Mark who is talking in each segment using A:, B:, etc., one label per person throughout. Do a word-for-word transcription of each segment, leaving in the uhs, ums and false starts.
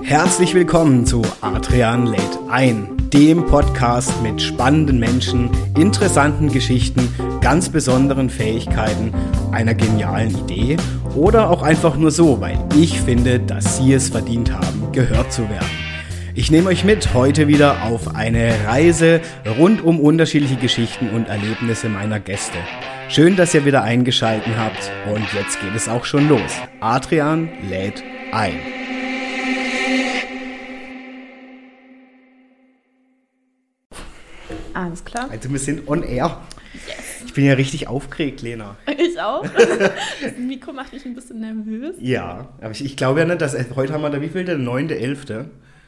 A: Herzlich willkommen zu Adrian lädt ein, dem Podcast mit spannenden Menschen, interessanten Geschichten, ganz besonderen Fähigkeiten, einer genialen Idee oder auch einfach nur so, weil ich finde, dass Sie es verdient haben, gehört zu werden. Ich nehme euch mit heute wieder auf eine Reise rund um unterschiedliche Geschichten und Erlebnisse meiner Gäste. Schön, dass ihr wieder eingeschaltet habt und jetzt geht es auch schon los. Adrian lädt ein.
B: Alles klar.
A: Also wir sind on air.
B: Yes.
A: Ich bin ja richtig aufgeregt, Lena.
B: Ich auch. Das Mikro macht mich ein bisschen nervös.
A: Ja, aber ich, ich glaube ja nicht, dass heute haben wir da wie viel? Der neunte elfte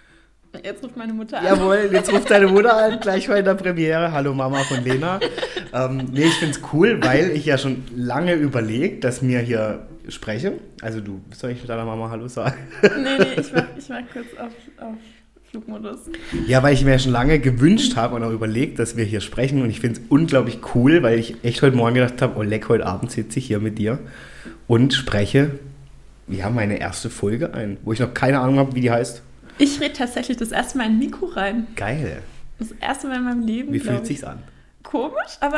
B: Jetzt ruft meine Mutter an.
A: Jawohl, jetzt ruft deine Mutter an, gleich bei der Premiere. Hallo Mama von Lena. ähm, nee, ich finde es cool, weil ich ja schon lange überlegt, dass mir hier spreche. Also du, soll ich mit deiner Mama Hallo sagen?
B: Nee, nee, ich mach, ich mach kurz auf, auf Flugmodus.
A: Ja, weil ich mir ja schon lange gewünscht habe und auch überlegt, dass wir hier sprechen. Und ich finde es unglaublich cool, weil ich echt heute Morgen gedacht habe, oh leck, heute Abend sitze ich hier mit dir und spreche, ja, meine erste Folge ein, wo ich noch keine Ahnung habe, wie die heißt.
B: Ich rede tatsächlich das erste Mal in ein Mikro rein.
A: Geil.
B: Das erste Mal in meinem Leben.
A: Wie fühlt es sich an?
B: Komisch, aber,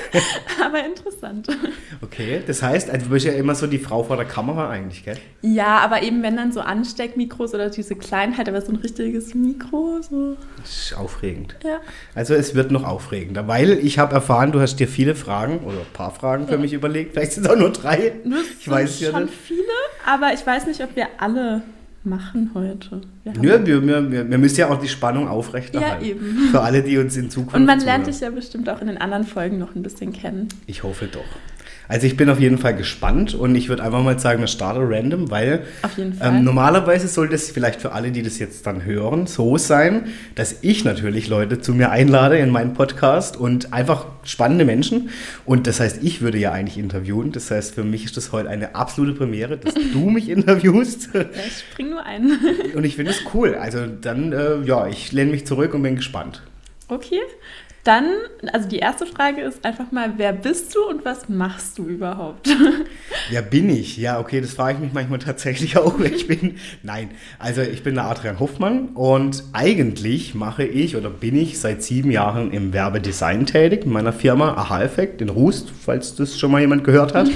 B: aber interessant.
A: Okay, das heißt, also du bist ja immer so die Frau vor der Kamera eigentlich, gell?
B: Ja, aber eben wenn dann so Ansteckmikros oder diese Kleinheit, aber so ein richtiges Mikro, so.
A: Das ist aufregend.
B: Ja.
A: Also es wird noch aufregender, weil ich habe erfahren, du hast dir viele Fragen oder ein paar Fragen für ja. mich überlegt. Vielleicht sind es auch nur drei.
B: Das
A: ich weiß ja
B: schon
A: nicht.
B: viele, aber ich weiß nicht, ob wir alle machen heute.
A: Wir, wir, wir, wir müssen ja auch die Spannung aufrechterhalten.
B: Ja, eben.
A: Für alle, die uns in Zukunft
B: Und man
A: zuhören.
B: lernt dich ja bestimmt auch in den anderen Folgen noch ein bisschen kennen.
A: Ich hoffe doch. Also ich bin auf jeden Fall gespannt und ich würde einfach mal sagen, wir starten random, weil
B: auf jeden Fall.
A: Ähm, normalerweise sollte es vielleicht für alle, die das jetzt dann hören, so sein, dass ich natürlich Leute zu mir einlade in meinen Podcast und einfach spannende Menschen. Und das heißt, ich würde ja eigentlich interviewen. Das heißt, für mich ist das heute eine absolute Premiere, dass du mich interviewst.
B: Ja, ich spring nur ein.
A: Und ich finde es cool. Also dann, äh, ja, ich lehne mich zurück und bin gespannt.
B: Okay. Dann, also die erste Frage ist einfach mal, wer bist du und was machst du überhaupt?
A: Wer bin ich? Ja, okay, das frage ich mich manchmal tatsächlich auch, wer ich bin. Nein, also ich bin der Adrian Hoffmann und eigentlich mache ich oder bin ich seit sieben Jahren im Werbedesign tätig, in meiner Firma Aha Effekt in Rust, falls das schon mal jemand gehört hat.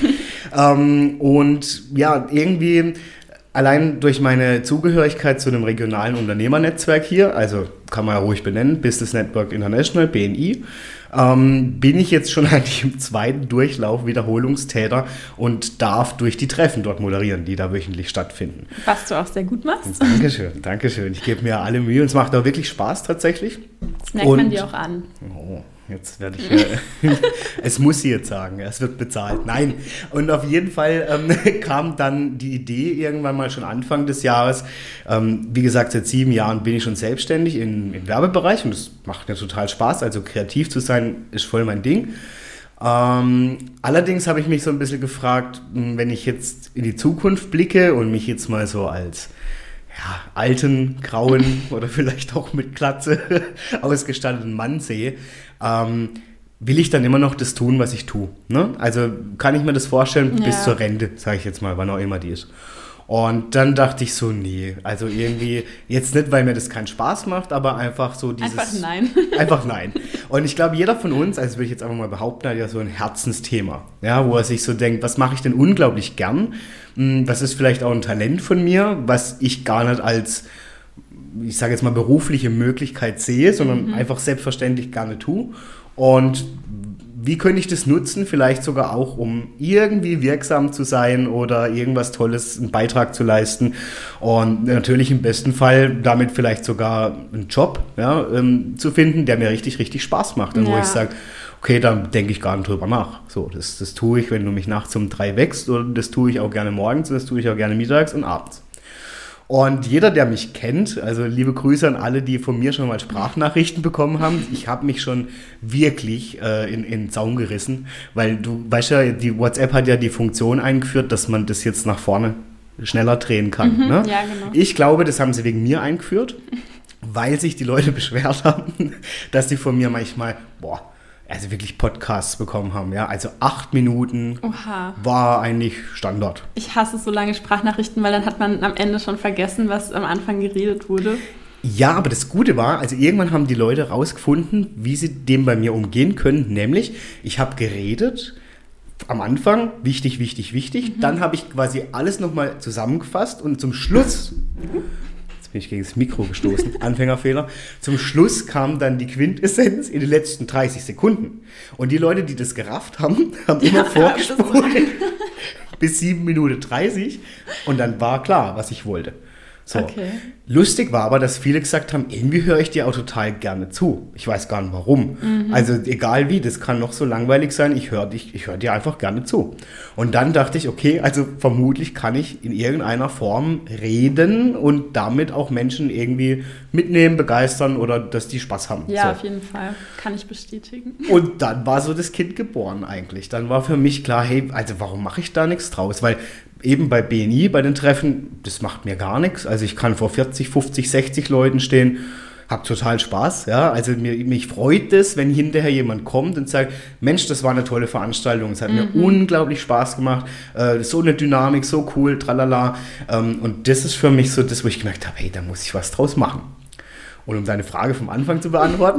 A: ähm, und ja, irgendwie... Allein durch meine Zugehörigkeit zu einem regionalen Unternehmernetzwerk hier, also kann man ja ruhig benennen, Business Network International, B N I, ähm, bin ich jetzt schon eigentlich im zweiten Durchlauf Wiederholungstäter und darf durch die Treffen dort moderieren, die da wöchentlich stattfinden.
B: Was du auch sehr gut machst.
A: Dankeschön, Dankeschön. Ich gebe mir alle Mühe und es macht auch wirklich Spaß tatsächlich.
B: Das merkt
A: und,
B: man dir auch an.
A: Oh. Jetzt werde ich, äh, es muss sie jetzt sagen, es wird bezahlt. Nein, und auf jeden Fall ähm, kam dann die Idee irgendwann mal schon Anfang des Jahres. Ähm, wie gesagt, seit sieben Jahren bin ich schon selbstständig in, im Werbebereich und das macht mir total Spaß. Also kreativ zu sein ist voll mein Ding. Ähm, allerdings habe ich mich so ein bisschen gefragt, wenn ich jetzt in die Zukunft blicke und mich jetzt mal so als ja, alten, grauen oder vielleicht auch mit Glatze ausgestatteten Mann sehe, ähm, will ich dann immer noch das tun, was ich tue. Ne? Also kann ich mir das vorstellen
B: ja.
A: bis zur Rente, sage ich jetzt mal, wann auch immer die ist. Und dann dachte ich so, nee, also irgendwie, jetzt nicht, weil mir das keinen Spaß macht, aber einfach so dieses...
B: Einfach nein.
A: Einfach nein. Und ich glaube, jeder von uns, also würde ich jetzt einfach mal behaupten, hat ja so ein Herzensthema, ja, wo er sich so denkt, was mache ich denn unglaublich gern? Was ist vielleicht auch ein Talent von mir, was ich gar nicht als, ich sage jetzt mal, berufliche Möglichkeit sehe, sondern mhm. einfach selbstverständlich gerne tue. Und wie könnte ich das nutzen? Vielleicht sogar auch, um irgendwie wirksam zu sein oder irgendwas Tolles, einen Beitrag zu leisten. Und natürlich im besten Fall damit vielleicht sogar einen Job ja, ähm, zu finden, der mir richtig, richtig Spaß macht. Und ja. wo ich sage, okay, da denke ich gar nicht drüber nach. So, das, das tue ich, wenn du mich nachts um drei wächst, oder das tue ich auch gerne morgens und das tue ich auch gerne mittags und abends. Und jeder, der mich kennt, also liebe Grüße an alle, die von mir schon mal Sprachnachrichten bekommen haben, ich habe mich schon wirklich äh, in, in den Zaun gerissen, weil du weißt ja, die WhatsApp hat ja die Funktion eingeführt, dass man das jetzt nach vorne schneller drehen kann.
B: Mhm,
A: ne?
B: Ja, genau.
A: Ich glaube, das haben sie wegen mir eingeführt, weil sich die Leute beschwert haben, dass sie von mir manchmal, boah, also wirklich Podcasts bekommen haben. Ja? Also acht Minuten
B: Oha.
A: war eigentlich Standard.
B: Ich hasse so lange Sprachnachrichten, weil dann hat man am Ende schon vergessen, was am Anfang geredet wurde.
A: Ja, aber das Gute war, also irgendwann haben die Leute rausgefunden, wie sie dem bei mir umgehen können. Nämlich, ich habe geredet am Anfang, wichtig, wichtig, wichtig. Mhm. Dann habe ich quasi alles nochmal zusammengefasst und zum Schluss... bin ich gegen das Mikro gestoßen, Anfängerfehler. Zum Schluss kam dann die Quintessenz in den letzten dreißig Sekunden. Und die Leute, die das gerafft haben, haben immer ja, vorgesprochen bis sieben Minuten dreißig und dann war klar, was ich wollte. So.
B: Okay.
A: Lustig war aber, dass viele gesagt haben, irgendwie höre ich dir auch total gerne zu. Ich weiß gar nicht warum. Mhm. Also egal wie, das kann noch so langweilig sein, ich höre dich, ich höre dir einfach gerne zu. Und dann dachte ich, okay, also vermutlich kann ich in irgendeiner Form reden und damit auch Menschen irgendwie mitnehmen, begeistern oder dass die Spaß haben.
B: Ja,
A: so.
B: Auf jeden Fall. Kann ich bestätigen.
A: Und dann war so das Kind geboren eigentlich. Dann war für mich klar, hey, also warum mache ich da nichts draus? Weil eben bei B N I, bei den Treffen, das macht mir gar nichts. Also ich kann vor vierzig, fünfzig, sechzig Leuten stehen, habe total Spaß. Ja? Also mir, mich freut es, wenn hinterher jemand kommt und sagt, Mensch, das war eine tolle Veranstaltung, es hat mhm. mir unglaublich Spaß gemacht, äh, so eine Dynamik, so cool, tralala. Ähm, und das ist für mich so das, wo ich gemerkt habe, hey, da muss ich was draus machen. Und um deine Frage vom Anfang zu beantworten.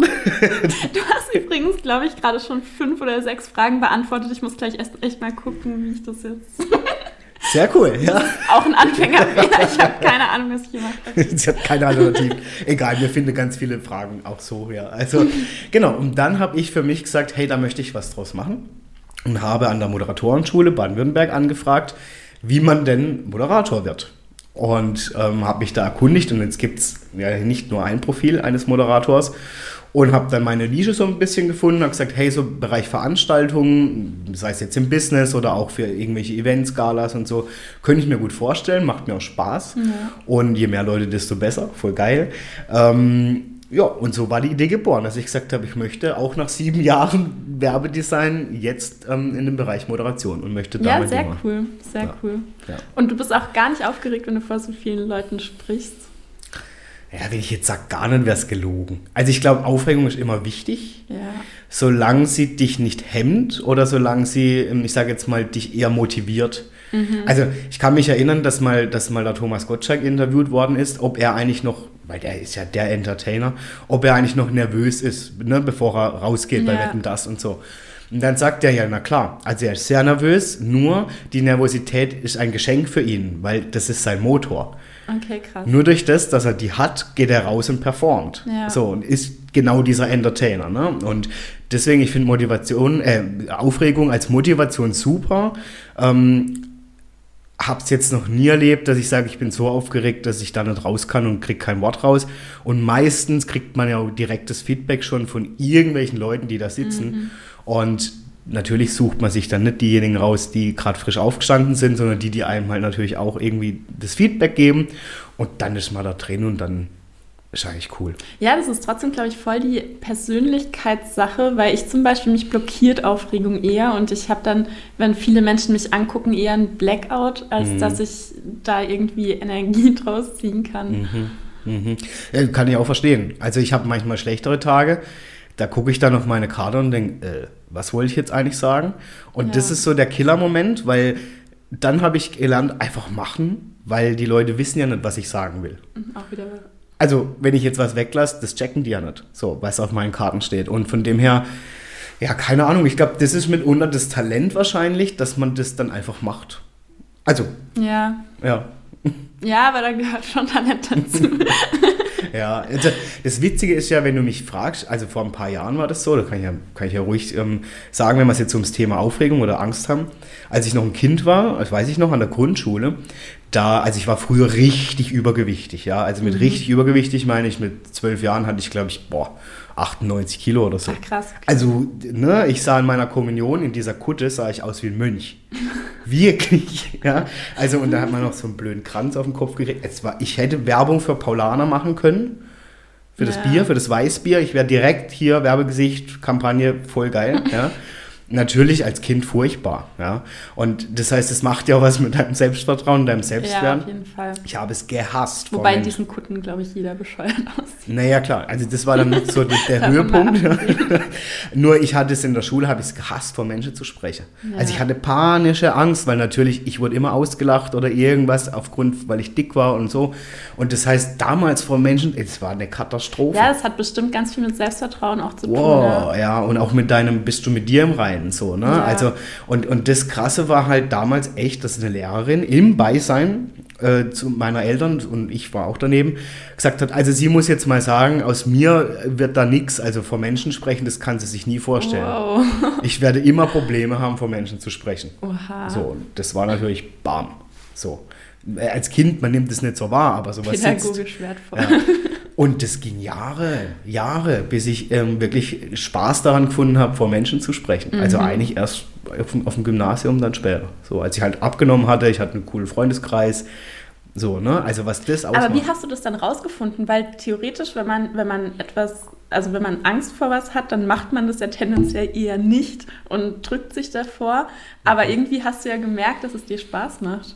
B: Du hast übrigens, glaube ich, gerade schon fünf oder sechs Fragen beantwortet. Ich muss gleich erst echt mal gucken, wie ich das jetzt...
A: Sehr cool, ja.
B: Auch ein Anfängerfehler. Ich habe keine Ahnung, was ich gemacht habe.
A: Sie hat keine Alternative. Egal, wir finden ganz viele Fragen auch so, ja. Also, genau. Und dann habe ich für mich gesagt, hey, da möchte ich was draus machen. Und habe an der Moderatorenschule Baden-Württemberg angefragt, wie man denn Moderator wird. Und ähm, habe mich da erkundigt. Und jetzt gibt es ja nicht nur ein Profil eines Moderators. Und habe dann meine Nische so ein bisschen gefunden, habe gesagt, hey, so Bereich Veranstaltungen, sei es jetzt im Business oder auch für irgendwelche Events, Galas und so, könnte ich mir gut vorstellen, macht mir auch Spaß. Ja. Und je mehr Leute, desto besser, voll geil. Ähm, ja, und so war die Idee geboren, dass ich gesagt habe, ich möchte auch nach sieben Jahren Werbedesign jetzt ähm, in dem Bereich Moderation und möchte damit
B: Ja, sehr
A: immer.
B: cool, sehr
A: ja.
B: cool.
A: Ja.
B: Und du bist auch gar nicht aufgeregt, wenn du vor so vielen Leuten sprichst?
A: Ja, wenn ich jetzt sage, gar nicht, wäre es gelogen. Also ich glaube, Aufregung ist immer wichtig,
B: ja.
A: solange sie dich nicht hemmt oder solange sie, ich sage jetzt mal, dich eher motiviert. Mhm. Also ich kann mich erinnern, dass mal, dass mal der Thomas Gottschalk interviewt worden ist, ob er eigentlich noch, weil der ist ja der Entertainer, ob er eigentlich noch nervös ist, ne, bevor er rausgeht ja. bei Wetten, das und so. Und dann sagt er ja, na klar, also er ist sehr nervös, nur die Nervosität ist ein Geschenk für ihn, weil das ist sein Motor.
B: Okay, krass.
A: Nur durch das, dass er die hat, geht er raus und performt.
B: Ja.
A: So, und ist genau dieser Entertainer. Ne? Und deswegen, ich finde Motivation, äh, Aufregung als Motivation super. Ähm, hab's jetzt noch nie erlebt, dass ich sage, ich bin so aufgeregt, dass ich da nicht raus kann und kriege kein Wort raus. Und meistens kriegt man ja auch direktes Feedback schon von irgendwelchen Leuten, die da sitzen. Mhm. Und natürlich sucht man sich dann nicht diejenigen raus, die gerade frisch aufgestanden sind, sondern die, die einem halt natürlich auch irgendwie das Feedback geben. Und dann ist man da drin und dann ist eigentlich cool.
B: Ja, das ist trotzdem, glaube ich, voll die Persönlichkeitssache, weil ich zum Beispiel, mich blockiert Aufregung eher und ich habe dann, wenn viele Menschen mich angucken, eher ein Blackout, als mhm. dass ich da irgendwie Energie draus ziehen kann.
A: Mhm. Mhm. Ja, kann ich auch verstehen. Also ich habe manchmal schlechtere Tage, da gucke ich dann auf meine Karte und denke, äh, was wollte ich jetzt eigentlich sagen? Und ja. das ist so der Killer-Moment, weil dann habe ich gelernt, einfach machen, weil die Leute wissen ja nicht, was ich sagen will.
B: Auch wieder.
A: Also, wenn ich jetzt was weglasse, das checken die ja nicht, so, was auf meinen Karten steht. Und von dem her, ja, keine Ahnung, ich glaube, das ist mitunter das Talent wahrscheinlich, dass man das dann einfach macht. Also.
B: Ja.
A: Ja.
B: Ja, aber da gehört schon Talent dazu.
A: Ja, das Witzige ist ja, wenn du mich fragst, also vor ein paar Jahren war das so, da kann ich ja, kann ich ja ruhig ähm, sagen, wenn wir es jetzt ums Thema Aufregung oder Angst haben. Als ich noch ein Kind war, das weiß ich noch, an der Grundschule, da, also ich war früher richtig übergewichtig, ja, also mit mhm. richtig übergewichtig meine ich, mit zwölf Jahren hatte ich, glaube ich, boah, achtundneunzig Kilo oder so.
B: Ach, krass. Okay.
A: Also, ne, ich sah in meiner Kommunion, in dieser Kutte, sah ich aus wie ein Mönch. Wirklich, ja. Also, und da hat man noch so einen blöden Kranz auf dem Kopf gekriegt. Es war, ich hätte Werbung für Paulaner machen können, für das ja. Bier, für das Weißbier. Ich wäre direkt hier, Werbegesicht, Kampagne, voll geil, ja. natürlich als Kind furchtbar. Ja? Und das heißt, es macht ja was mit deinem Selbstvertrauen, deinem Selbstwert.
B: Ja, auf jeden Fall.
A: Ich habe es gehasst.
B: Wobei in diesen Kutten, glaube ich, jeder bescheuert aussieht.
A: Naja, klar. Also das war dann so der, der Höhepunkt. Nur ich hatte es in der Schule, habe ich es gehasst, vor Menschen zu sprechen. Ja. Also ich hatte panische Angst, weil natürlich, ich wurde immer ausgelacht oder irgendwas aufgrund, weil ich dick war und so. Und das heißt, damals vor Menschen, es war eine Katastrophe.
B: Ja, es hat bestimmt ganz viel mit Selbstvertrauen auch zu tun.
A: Wow, ja. ja, und auch mit deinem, bist du mit dir im Reinen so, ne? Ja. Also, und, und das Krasse war halt damals echt, dass eine Lehrerin im Beisein äh, zu meiner Eltern, und ich war auch daneben, gesagt hat, also sie muss jetzt mal sagen, aus mir wird da nichts, also vor Menschen sprechen, das kann sie sich nie vorstellen. Wow. Ich werde immer Probleme haben, vor Menschen zu sprechen.
B: Oha.
A: So, das war natürlich bam. So. Als Kind, man nimmt es nicht so wahr, aber sowas
B: pädagogisch wertvoll.
A: Ja. Und das ging Jahre, Jahre, bis ich ähm, wirklich Spaß daran gefunden habe, vor Menschen zu sprechen. Mhm. Also eigentlich erst auf, auf dem Gymnasium, dann später. So, als ich halt abgenommen hatte, ich hatte einen coolen Freundeskreis. So, ne? Also was das ausmacht.
B: Aber wie hast du das dann rausgefunden? Weil theoretisch, wenn man, wenn man etwas, also wenn man Angst vor was hat, dann macht man das ja tendenziell eher nicht und drückt sich davor. Aber irgendwie hast du ja gemerkt, dass es dir Spaß macht.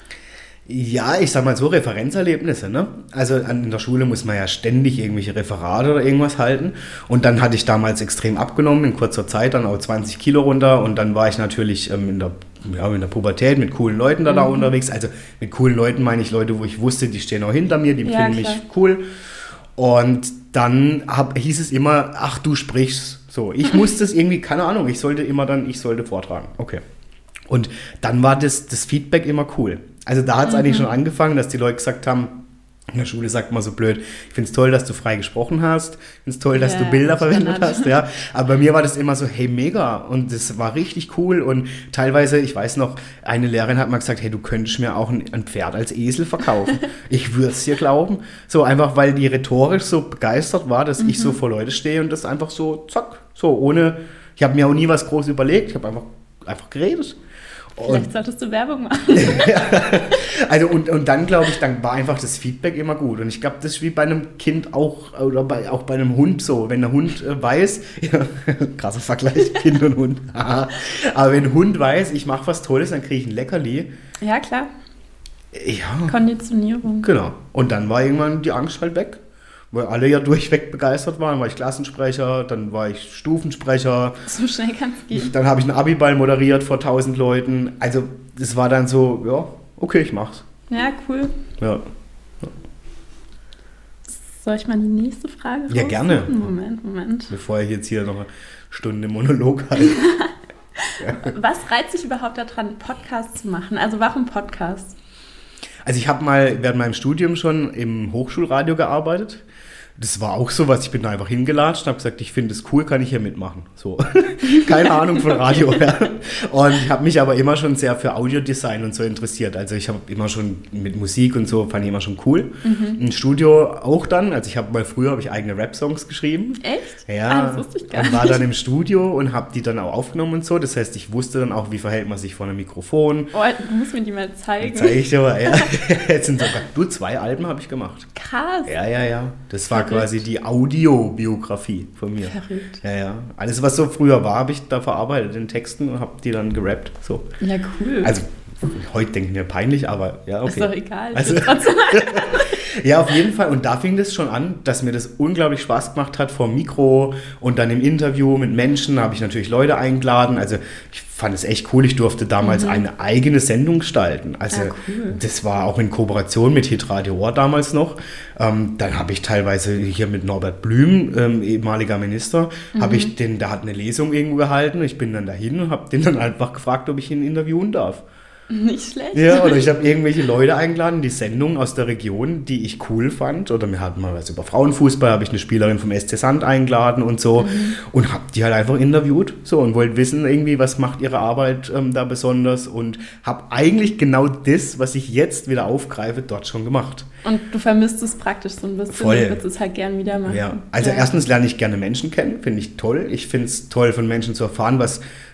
A: Ja, ich sag mal so, Referenzerlebnisse, ne? Also in der Schule muss man ja ständig irgendwelche Referate oder irgendwas halten. Und dann hatte ich damals extrem abgenommen, in kurzer Zeit dann auch zwanzig Kilo runter. Und dann war ich natürlich ähm, in der, ja, in der Pubertät mit coolen Leuten da, mhm. da unterwegs. Also mit coolen Leuten meine ich Leute, wo ich wusste, die stehen auch hinter mir, die
B: ja,
A: finden
B: klar.
A: mich cool. Und dann hab, hieß es immer, ach, du sprichst. So, ich musste es irgendwie, keine Ahnung, ich sollte immer dann, ich sollte vortragen. Okay. Und dann war das, das Feedback immer cool. Also da hat es mhm. eigentlich schon angefangen, dass die Leute gesagt haben, in der Schule sagt man so blöd, ich finde es toll, dass du frei gesprochen hast, ich finde es toll, dass yeah, du Bilder verwendet hast. Ja. Aber bei mir war das immer so, hey, mega. Und das war richtig cool. Und teilweise, ich weiß noch, eine Lehrerin hat mal gesagt, hey, du könntest mir auch ein, ein Pferd als Esel verkaufen. Ich würde es dir glauben. So einfach, weil die rhetorisch so begeistert war, dass mhm. ich so vor Leute stehe und das einfach so, zack, so ohne, ich habe mir auch nie was groß überlegt, ich habe einfach, einfach geredet.
B: Vielleicht und, solltest du Werbung machen.
A: Also und, und dann, glaube ich, dann war einfach das Feedback immer gut. Und ich glaube, das ist wie bei einem Kind auch, oder bei, auch bei einem Hund so. Wenn der Hund äh, weiß, ja, krasser Vergleich, Kind und Hund. Aber wenn ein Hund weiß, ich mache was Tolles, dann kriege ich ein Leckerli.
B: Ja, klar.
A: Ja.
B: Konditionierung.
A: Genau. Und dann war irgendwann die Angst halt weg. Weil alle ja durchweg begeistert waren. Dann war ich Klassensprecher, dann war ich Stufensprecher.
B: So schnell kann es gehen.
A: Dann habe ich einen Abiball moderiert vor tausend Leuten. Also das war dann so, ja, okay, ich mach's.
B: Ja, cool.
A: Ja.
B: Soll ich mal die nächste Frage
A: Ja, gerne.
B: Moment, Moment.
A: Bevor ich jetzt hier noch eine Stunde Monolog halte.
B: Ja. Was reizt dich überhaupt daran, Podcasts zu machen? Also warum Podcasts?
A: Also ich habe mal während meinem Studium schon im Hochschulradio gearbeitet. Das war auch so was, ich bin da einfach hingelatscht und habe gesagt, ich finde es cool, kann ich hier mitmachen. So, keine Ahnung von Radio. Ja. Und ich habe mich aber immer schon sehr für Audiodesign und so interessiert. Also ich habe immer schon mit Musik und so, fand ich immer schon cool. Mhm. Im Studio auch dann, also ich habe mal früher habe ich eigene Rap-Songs geschrieben.
B: Echt?
A: Ja,
B: ah, das wusste ich gar nicht.
A: Und war dann im Studio und habe die dann auch aufgenommen und so. Das heißt, ich wusste dann auch, wie verhält man sich vor einem Mikrofon.
B: Oh, du musst mir die mal zeigen.
A: Zeige ich dir mal, ja. Jetzt sind sogar, du, zwei Alben habe ich gemacht.
B: Krass.
A: Ja, ja, ja. Das war quasi die Audiobiografie von mir.
B: Verrückt.
A: Ja, ja. Alles, was so früher war, habe ich da verarbeitet in Texten und habe die dann gerappt. So.
B: Ja, cool.
A: Also, heute denke ich mir peinlich, aber ja, okay.
B: Ist doch egal.
A: Also, ja, auf jeden Fall. Und da fing das schon an, dass mir das unglaublich Spaß gemacht hat vor dem Mikro und dann im Interview mit Menschen habe ich natürlich Leute eingeladen. Also ich fand es echt cool. Ich durfte damals mhm. eine eigene Sendung gestalten. Also
B: ja, cool.
A: Das war auch in Kooperation mit Hitradio Ohr damals noch. Ähm, dann habe ich teilweise hier mit Norbert Blüm, ähm, ehemaliger Minister, mhm. habe ich den, der hat eine Lesung irgendwo gehalten. Ich bin dann dahin und habe den dann einfach gefragt, ob ich ihn interviewen darf.
B: Nicht schlecht.
A: Ja, oder ich habe irgendwelche Leute eingeladen, die Sendungen aus der Region, die ich cool fand. Oder wir hatten mal was über Frauenfußball, habe ich eine Spielerin vom S C Sand eingeladen und so. Mhm. Und habe die halt einfach interviewt. So, und wollte wissen irgendwie, was macht ihre Arbeit ähm, da besonders. Und habe eigentlich genau das, was ich jetzt wieder aufgreife, dort schon gemacht.
B: Und du vermisst es praktisch so ein bisschen.
A: Voll.
B: Du würdest es halt gern wieder machen.
A: Ja, also ja. Erstens lerne ich gerne Menschen kennen, finde ich toll. Ich finde es toll, von Menschen zu erfahren, was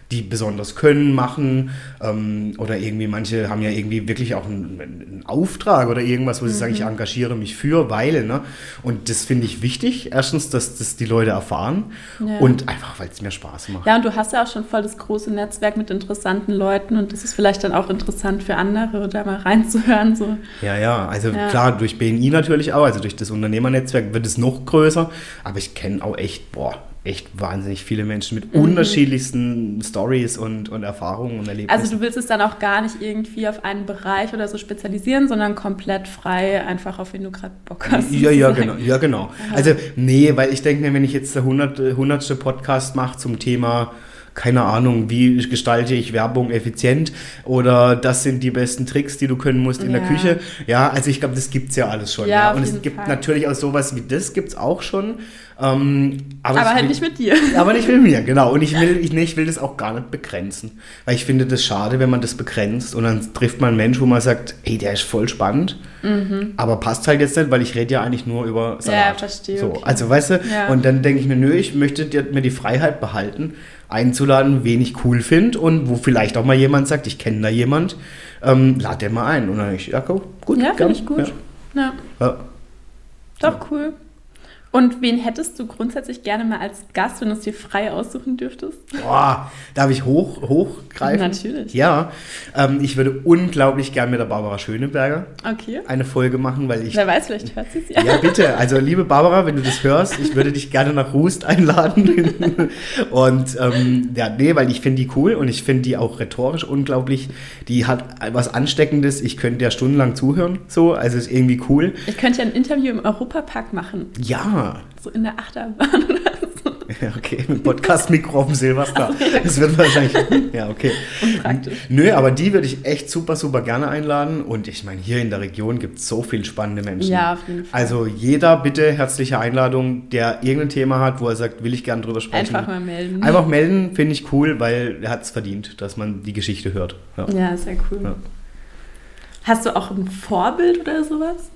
A: die besonders können, machen ähm, oder irgendwie manche haben ja irgendwie wirklich auch einen, einen Auftrag oder irgendwas, wo sie mhm. sagen, ich engagiere mich für, weil, ne? Und das finde ich wichtig, erstens, dass das die Leute erfahren ja. und einfach, weil es mir Spaß macht.
B: Ja, und du hast ja auch schon voll das große Netzwerk mit interessanten Leuten und das ist vielleicht dann auch interessant für andere, da mal reinzuhören. So.
A: Ja, ja, also ja. klar, durch B N I natürlich auch, also durch das Unternehmernetzwerk wird es noch größer, aber ich kenne auch echt, boah, echt wahnsinnig viele Menschen mit mhm. unterschiedlichsten Stories und, und Erfahrungen und Erlebnissen.
B: Also du willst es dann auch gar nicht irgendwie auf einen Bereich oder so spezialisieren, sondern komplett frei, einfach auf wen du gerade Bock hast.
A: Ja, ja, genau. Ja, genau. Also nee, weil ich denke mir, wenn ich jetzt der hundertste Podcast mache zum Thema, keine Ahnung, wie gestalte ich Werbung effizient oder das sind die besten Tricks, die du können musst in ja. der Küche. Ja, also ich glaube, das gibt es ja alles schon.
B: Ja,
A: ja. Und es gibt Fall. natürlich auch sowas wie das, gibt es auch schon. Ähm,
B: aber aber halt
A: will,
B: nicht mit dir.
A: Aber nicht mit mir, genau. Und ich will, ich, ich will das auch gar nicht begrenzen. Weil ich finde das schade, wenn man das begrenzt und dann trifft man einen Menschen, wo man sagt, hey, der ist voll spannend, mhm. aber passt halt jetzt nicht, weil ich rede ja eigentlich nur über Salat.
B: Ja, verstehe.
A: So,
B: okay.
A: Also weißt du, ja. und dann denke ich mir, nö, ich möchte mir die Freiheit behalten, einzuladen, wen ich cool finde und wo vielleicht auch mal jemand sagt, ich kenne da jemand, ähm, lad den mal ein. Und dann ich, ja, gut,
B: ja, finde ich gut. Ja. Ja. Ja. Doch, ja. cool. Und wen hättest du grundsätzlich gerne mal als Gast, wenn du es dir frei aussuchen dürftest?
A: Boah, darf ich hoch, hochgreifen?
B: Natürlich.
A: Ja, ähm, ich würde unglaublich gerne mit der Barbara Schöneberger
B: okay.
A: eine Folge machen, weil ich...
B: Wer weiß, vielleicht hört sie es ja.
A: Ja, bitte. Also, liebe Barbara, wenn du das hörst, ich würde dich gerne nach Rust einladen. Und ähm, ja, nee, weil ich finde die cool und ich finde die auch rhetorisch unglaublich. Die hat was Ansteckendes. Ich könnte ja stundenlang zuhören, so. Also, ist irgendwie cool.
B: Ich könnte ja ein Interview im Europapark machen.
A: Ja.
B: So in der Achterbahn oder so.
A: Ja, okay, mit Podcast-Mikro auf dem Silverstar. Das wird wahrscheinlich, ja, okay.
B: Unpraktisch.
A: Nö, aber die würde ich echt super, super gerne einladen. Und ich meine, hier in der Region gibt es so viele spannende Menschen.
B: Ja, auf jeden Fall.
A: Also jeder bitte herzliche Einladung, der irgendein Thema hat, wo er sagt, will ich gerne drüber sprechen.
B: Einfach mal melden.
A: Einfach melden, finde ich cool, weil er hat es verdient, dass man die Geschichte hört.
B: Ja, ja, sehr cool. Ja. Hast du auch ein Vorbild oder sowas?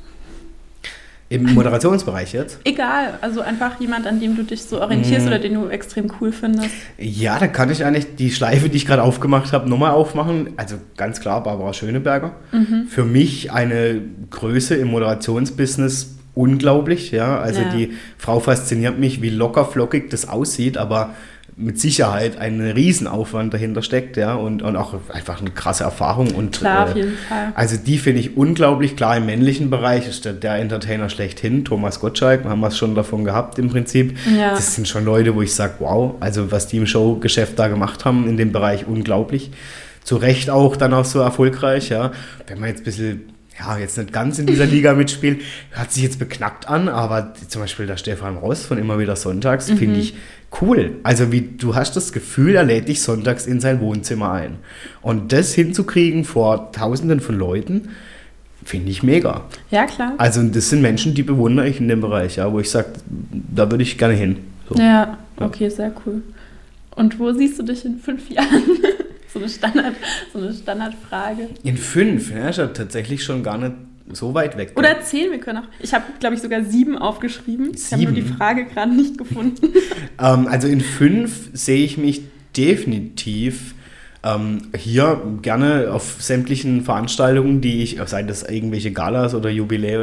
A: Im Moderationsbereich jetzt?
B: Egal, also einfach jemand, an dem du dich so orientierst mm. oder den du extrem cool findest.
A: Ja, da kann ich eigentlich die Schleife, die ich gerade aufgemacht habe, nochmal aufmachen. Also ganz klar Barbara Schöneberger. Mhm. Für mich eine Größe im Moderationsbusiness unglaublich. Ja, also ja. die Frau fasziniert mich, wie locker flockig das aussieht, aber mit Sicherheit ein Riesenaufwand dahinter steckt, ja, und, und auch einfach eine krasse Erfahrung. Und,
B: klar,
A: äh,
B: auf jeden Fall.
A: Also die finde ich unglaublich. Klar, im männlichen Bereich ist der, der Entertainer schlechthin, Thomas Gottschalk, haben wir es schon davon gehabt im Prinzip. Ja. Das sind schon Leute, wo ich sage, wow, also was die im Showgeschäft da gemacht haben in dem Bereich, unglaublich. Zu Recht auch dann auch so erfolgreich, ja. Wenn man jetzt ein bisschen... ja, jetzt nicht ganz in dieser Liga mitspielt, hört sich jetzt beknackt an, aber zum Beispiel der Stefan Ross von Immer wieder Sonntags mhm. finde ich cool. Also wie du hast das Gefühl, er lädt dich sonntags in sein Wohnzimmer ein. Und das hinzukriegen vor Tausenden von Leuten, finde ich mega.
B: Ja, klar.
A: Also das sind Menschen, die bewundere ich in dem Bereich, ja, wo ich sage, da würde ich gerne hin. So.
B: Ja, okay, sehr cool. Und wo siehst du dich in fünf Jahren? So eine, Standard, so eine Standardfrage.
A: In fünf, ja, ist ja tatsächlich schon gar nicht so weit weg.
B: Oder zehn, wir können auch. Ich habe, glaube ich, sogar sieben aufgeschrieben. Ich habe nur die Frage gerade nicht gefunden.
A: ähm, also in fünf sehe ich mich definitiv ähm, hier gerne auf sämtlichen Veranstaltungen, die ich, sei das irgendwelche Galas oder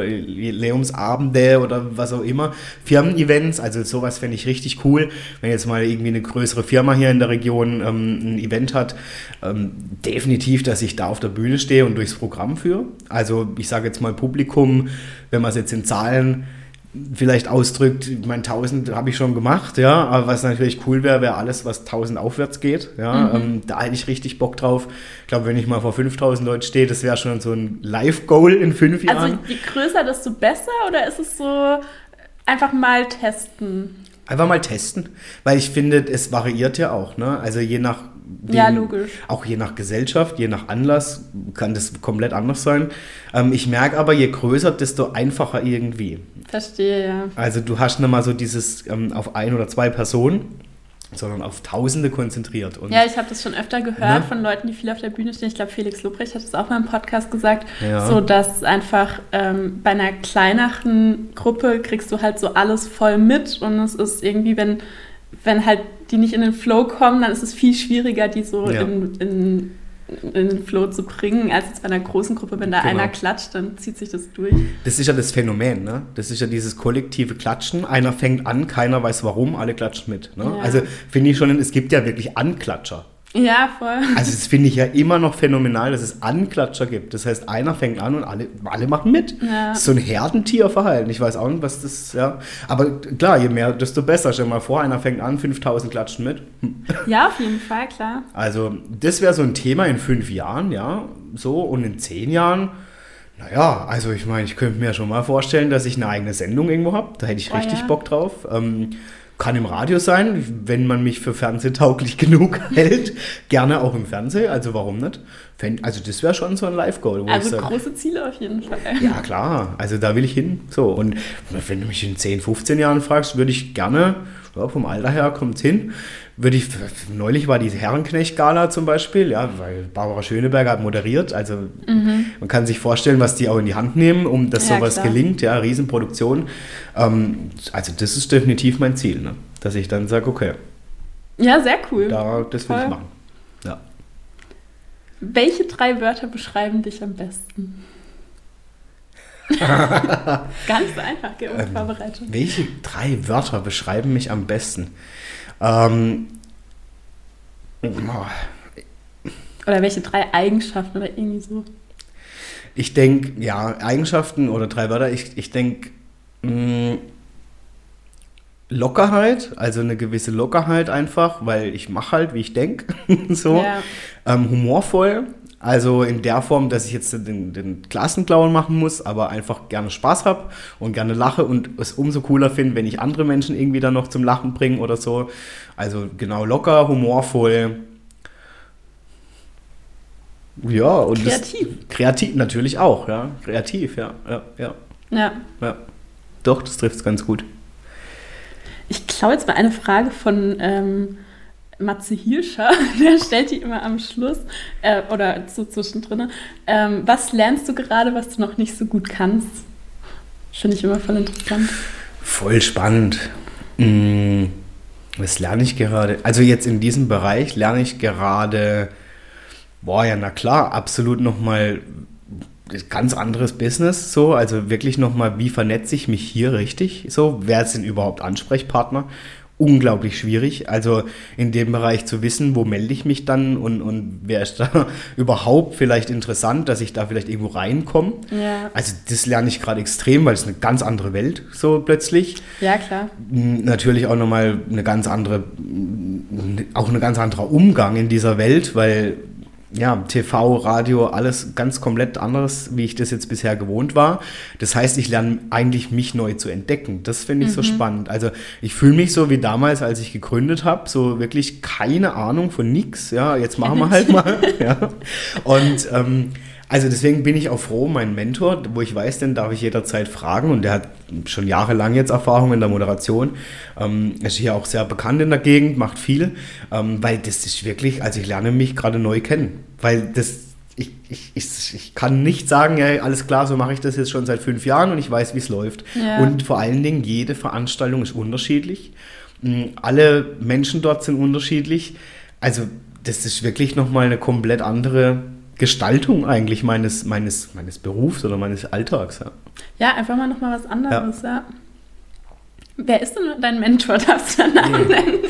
A: Jubiläumsabende oder was auch immer, Firmen-Events, also sowas fände ich richtig cool, wenn jetzt mal irgendwie eine größere Firma hier in der Region ähm, ein Event hat, ähm, definitiv, dass ich da auf der Bühne stehe und durchs Programm führe. Also ich sage jetzt mal Publikum, wenn man es jetzt in Zahlen vielleicht ausdrückt, ich meine, tausend habe ich schon gemacht, ja, aber was natürlich cool wäre, wäre alles, was tausend aufwärts geht, ja, mhm. ähm, da hätte ich richtig Bock drauf. Ich glaube, wenn ich mal vor fünftausend Leuten stehe, das wäre schon so ein Live-Goal in fünf Jahren.
B: Also je größer, desto besser, oder ist es so einfach mal testen?
A: Einfach mal testen, weil ich finde, es variiert ja auch, ne, also je nach dem,
B: ja, logisch.
A: Auch je nach Gesellschaft, je nach Anlass kann das komplett anders sein. Ähm, ich merke aber, je größer, desto einfacher irgendwie.
B: Verstehe, ja.
A: Also du hast nicht mal so dieses ähm, auf ein oder zwei Personen, sondern auf Tausende konzentriert. Und
B: ja, ich habe das schon öfter gehört, ne? Von Leuten, die viel auf der Bühne stehen. Ich glaube, Felix Lobrecht hat das auch mal im Podcast gesagt, ja. So dass einfach ähm, bei einer kleineren Gruppe kriegst du halt so alles voll mit und es ist irgendwie, wenn wenn halt die nicht in den Flow kommen, dann ist es viel schwieriger, die so ja. in, in, in den Flow zu bringen, als jetzt bei einer großen Gruppe. Wenn da genau. einer klatscht, dann zieht sich das durch.
A: Das ist ja das Phänomen, ne? Das ist ja dieses kollektive Klatschen. Einer fängt an, keiner weiß warum, alle klatschen mit. Ne? Ja. Also finde ich schon, es gibt ja wirklich Anklatscher.
B: Ja, voll.
A: Also das finde ich ja immer noch phänomenal, dass es Anklatscher gibt. Das heißt, einer fängt an und alle, alle machen mit.
B: Ja.
A: Das ist so ein Herdentierverhalten. Ich weiß auch nicht, was das, ja. Aber klar, je mehr, desto besser. Stell dir mal vor, einer fängt an, fünftausend klatschen mit. Hm.
B: Ja, auf jeden Fall, klar.
A: Also das wäre so ein Thema in fünf Jahren, ja, so. Und in zehn Jahren, naja, also ich meine, ich könnte mir schon mal vorstellen, dass ich eine eigene Sendung irgendwo habe. Da hätte ich
B: Oh,
A: richtig
B: ja.
A: Bock drauf. Ähm, Kann im Radio sein, wenn man mich für fernsehtauglich genug hält. Gerne auch im Fernsehen, also warum nicht? Also das wäre schon so ein Live-Goal. Wo
B: Also
A: ich sag,
B: große Ziele auf jeden Fall.
A: ja klar, also da will ich hin. So, und wenn du mich in zehn, fünfzehn Jahren fragst, würde ich gerne, ja, vom Alter her kommt es hin, würde ich, neulich war die Herrenknecht-Gala zum Beispiel, ja, weil Barbara Schöneberger hat moderiert, also mhm. man kann sich vorstellen, was die auch in die Hand nehmen, um dass
B: Ja,
A: sowas
B: klar.
A: gelingt, ja, Riesenproduktion. Ähm, also das ist definitiv mein Ziel, ne? Dass ich dann sage, okay,
B: Ja, sehr cool.
A: da, das will
B: Voll.
A: ich machen. Ja.
B: Welche drei Wörter beschreiben dich am besten? Ganz einfach, geh ohne
A: Ähm,
B: Vorbereitung.
A: Welche drei Wörter beschreiben mich am besten? Ähm, oh,
B: Oder welche drei Eigenschaften oder irgendwie so.
A: ich denke, ja, Eigenschaften oder drei Wörter, ich, ich denke, Lockerheit, also eine gewisse Lockerheit einfach, weil ich mache halt, wie ich denke, so.
B: Ja.
A: Ähm, humorvoll, also in der Form, dass ich jetzt den, den Klassenclown machen muss, aber einfach gerne Spaß habe und gerne lache und es umso cooler finde, wenn ich andere Menschen irgendwie dann noch zum Lachen bringe oder so. Also genau, locker, humorvoll. Ja, und
B: Kreativ.
A: Das, kreativ natürlich auch, ja. Kreativ, ja, ja, ja.
B: Ja.
A: ja. Doch, das trifft es ganz gut.
B: Ich klaue jetzt mal eine Frage von ähm, Matze Hirscher, der stellt die immer am Schluss äh, oder so zwischendrin. Ähm, was lernst du gerade, was du noch nicht so gut kannst? Finde ich immer voll interessant.
A: Voll spannend. Hm, was lerne ich gerade? Also jetzt in diesem Bereich lerne ich gerade, boah, ja, na klar, absolut nochmal ganz anderes Business, so, also wirklich nochmal, wie vernetze ich mich hier richtig, so, wer sind überhaupt Ansprechpartner? Unglaublich schwierig, also in dem Bereich zu wissen, wo melde ich mich dann und, und wer ist da überhaupt vielleicht interessant, dass ich da vielleicht irgendwo reinkomme.
B: Ja.
A: Also das lerne ich gerade extrem, weil es eine ganz andere Welt so plötzlich.
B: Ja, klar.
A: Natürlich auch nochmal eine ganz andere, auch ein ganz anderer Umgang in dieser Welt, weil ja, T V, Radio, alles ganz komplett anderes, wie ich das jetzt bisher gewohnt war. Das heißt, ich lerne eigentlich, mich neu zu entdecken. Das finde ich mhm. so spannend. Also ich fühle mich so wie damals, als ich gegründet habe, so wirklich keine Ahnung von nix. Ja, jetzt machen wir halt mal. Ja. Und ähm, also deswegen bin ich auch froh, mein Mentor, wo ich weiß, den darf ich jederzeit fragen und der hat schon jahrelang jetzt Erfahrung in der Moderation, ähm, ist hier auch sehr bekannt in der Gegend, macht viel, ähm, weil das ist wirklich, also ich lerne mich gerade neu kennen, weil das, ich, ich, ich, ich kann nicht sagen, ja, alles klar, so mache ich das jetzt schon seit fünf Jahren und ich weiß, wie es läuft.
B: Ja.
A: Und vor allen Dingen, jede Veranstaltung ist unterschiedlich, alle Menschen dort sind unterschiedlich, also das ist wirklich nochmal eine komplett andere Gestaltung eigentlich meines, meines, meines Berufs oder meines Alltags. Ja,
B: ja einfach mal nochmal was anderes. Ja. Ja. Wer ist denn dein Mentor? Darfst du deinen Namen nennen?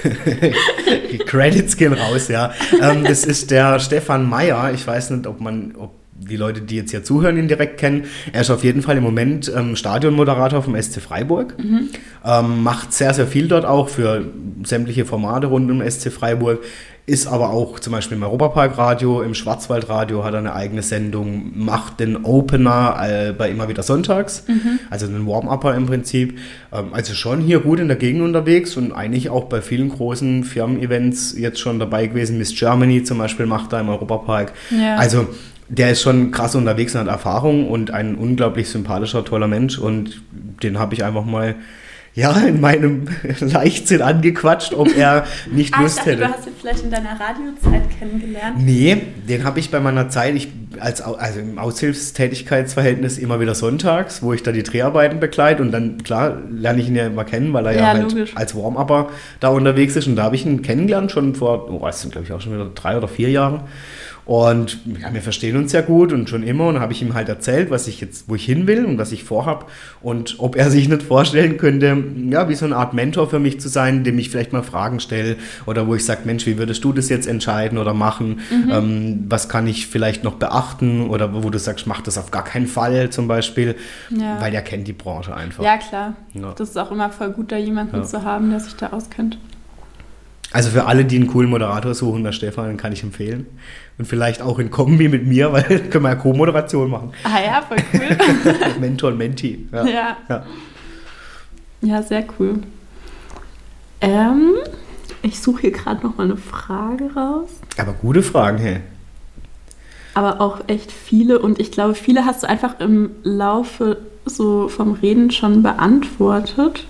A: Die Credits gehen raus, ja. Ähm, das ist der Stefan Meyer. Ich weiß nicht, ob man, ob die Leute, die jetzt hier zuhören, ihn direkt kennen. Er ist auf jeden Fall im Moment ähm, Stadionmoderator vom S C Freiburg. Mhm. Ähm, macht sehr, sehr viel dort auch für sämtliche Formate rund um S C Freiburg. Ist aber auch zum Beispiel im Europapark-Radio, im Schwarzwald-Radio hat er eine eigene Sendung, macht den Opener äh, bei immer wieder sonntags, mhm. also den Warm-Upper im Prinzip. Ähm, also schon hier gut in der Gegend unterwegs und eigentlich auch bei vielen großen Firmen-Events jetzt schon dabei gewesen. Miss Germany zum Beispiel macht er im Europapark.
B: Ja.
A: Also der ist schon krass unterwegs und hat Erfahrung und ein unglaublich sympathischer, toller Mensch und den habe ich einfach mal ja, in meinem Leichtsinn angequatscht, ob er nicht
B: ah,
A: Lust
B: ich dachte,
A: hätte.
B: Du hast ihn vielleicht in deiner Radiozeit kennengelernt.
A: Nee, den habe ich bei meiner Zeit, ich als also im Aushilfstätigkeitsverhältnis immer wieder sonntags, wo ich da die Dreharbeiten begleite und dann, klar, lerne ich ihn ja immer kennen, weil er ja,
B: Ja,
A: halt
B: logisch.
A: als Warm-Upper da unterwegs ist und da habe ich ihn kennengelernt, schon vor, oh, das sind glaube ich auch schon wieder drei oder vier Jahre. Und ja, wir verstehen uns ja gut und schon immer. Und dann habe ich ihm halt erzählt, was ich jetzt, wo ich hin will und was ich vorhab. Und ob er sich nicht vorstellen könnte, ja, wie so eine Art Mentor für mich zu sein, dem ich vielleicht mal Fragen stelle oder wo ich sage, Mensch, wie würdest du das jetzt entscheiden oder machen? Mhm. Ähm, was kann ich vielleicht noch beachten? Oder wo du sagst, mach das auf gar keinen Fall zum Beispiel,
B: Ja.
A: weil er kennt die Branche einfach.
B: Ja, klar.
A: Ja.
B: Das ist auch immer voll gut, da jemanden
A: Ja.
B: zu haben, der sich da auskennt.
A: Also für alle, die einen coolen Moderator suchen, der Stefan, den kann ich empfehlen. Und vielleicht auch in Kombi mit mir, weil können wir ja Co-Moderation machen.
B: Ah ja, voll cool.
A: Mentor und Mentee. Ja.
B: Ja.
A: Ja.
B: Ja, sehr cool. Ähm, ich suche hier gerade noch mal eine Frage raus.
A: Aber gute Fragen, hey.
B: Aber auch echt viele. Und ich glaube, viele hast du einfach im Laufe so vom Reden schon beantwortet.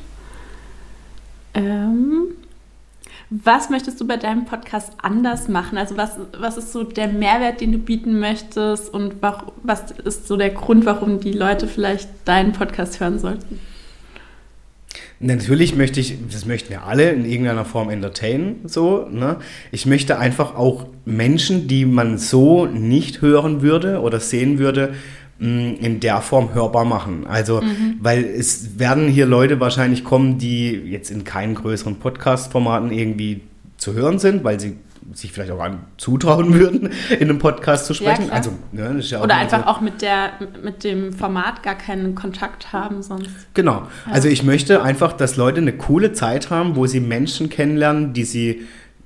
B: Ähm, was möchtest du bei deinem Podcast anders machen? Also was, was ist so der Mehrwert, den du bieten möchtest? Und warum, was ist so der Grund, warum die Leute vielleicht deinen Podcast hören sollten?
A: Natürlich möchte ich, das möchten wir alle, in irgendeiner Form entertainen, so, ne? Ich möchte einfach auch Menschen, die man so nicht hören würde oder sehen würde, in der Form hörbar machen. Also, mhm. weil es werden hier Leute wahrscheinlich kommen, die jetzt in keinen größeren Podcast-Formaten irgendwie zu hören sind, weil sie sich vielleicht auch an zutrauen würden, in einem Podcast zu sprechen.
B: Ja,
A: also, ne, das ist ja auch
B: Oder einfach
A: so.
B: auch mit, der, mit dem Format gar keinen Kontakt haben sonst.
A: Genau. Ja. Also ich möchte einfach, dass Leute eine coole Zeit haben, wo sie Menschen kennenlernen, die sie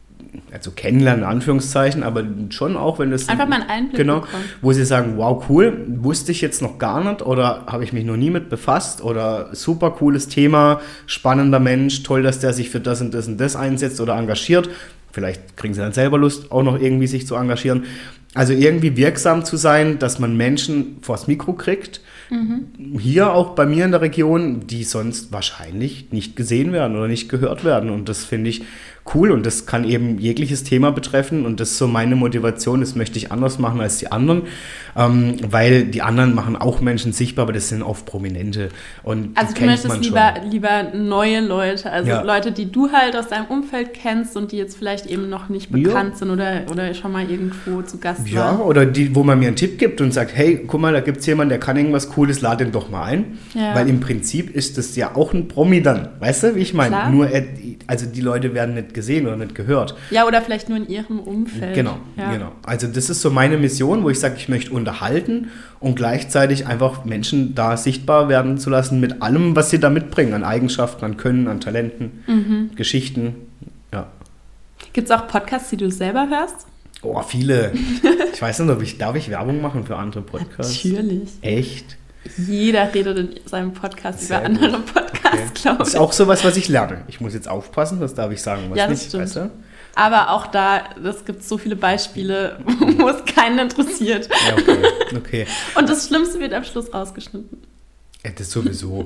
A: also kennenlernen in Anführungszeichen, aber schon auch, wenn das...
B: Einfach mal einen Einblick
A: genau,
B: bekommen.
A: Wo sie sagen, wow, cool, wusste ich jetzt noch gar nicht oder habe ich mich noch nie mit befasst oder super cooles Thema, spannender Mensch, toll, dass der sich für das und das und das einsetzt oder engagiert. Vielleicht kriegen sie dann selber Lust, auch noch irgendwie sich zu engagieren. Also irgendwie wirksam zu sein, dass man Menschen vors Mikro kriegt, mhm. hier auch bei mir in der Region, die sonst wahrscheinlich nicht gesehen werden oder nicht gehört werden. Und das finde ich cool und das kann eben jegliches Thema betreffen und das ist so meine Motivation, das möchte ich anders machen als die anderen, ähm, weil die anderen machen auch Menschen sichtbar, aber das sind oft Prominente und
B: also du möchtest lieber, lieber neue Leute, also ja. Leute, die du halt aus deinem Umfeld kennst und die jetzt vielleicht eben noch nicht bekannt ja. sind oder, oder schon mal irgendwo zu Gast
A: ja,
B: waren.
A: Ja, oder die, wo man mir einen Tipp gibt und sagt, hey, guck mal, da gibt es jemanden, der kann irgendwas Cooles, lad den doch mal ein, ja. weil im Prinzip ist das ja auch ein Promi dann, weißt du, wie ich meine? Nur, er, also die Leute werden nicht gesehen oder nicht gehört.
B: Ja, oder vielleicht nur in ihrem Umfeld.
A: Genau,
B: ja.
A: genau. Also das ist so meine Mission, wo ich sage, ich möchte unterhalten und gleichzeitig einfach Menschen da sichtbar werden zu lassen mit allem, was sie da mitbringen, an Eigenschaften, an Können, an Talenten, mhm. Geschichten. Ja.
B: Gibt es auch Podcasts, die du selber hörst?
A: Oh, viele. Ich weiß nicht, ob ich, darf ich Werbung machen für andere Podcasts?
B: Natürlich.
A: Echt?
B: Jeder redet in seinem Podcast
A: Sehr
B: über andere
A: gut.
B: Podcasts,
A: okay.
B: glaube ich.
A: Das ist auch sowas, was ich lerne. Ich muss jetzt aufpassen, das darf ich sagen, was
B: ja, das
A: nicht.
B: Stimmt.
A: Weißt du?
B: Aber auch da, es gibt so viele Beispiele, wo es keinen interessiert.
A: Ja, okay. okay.
B: Und das Schlimmste wird am Schluss rausgeschnitten.
A: Ja, das sowieso.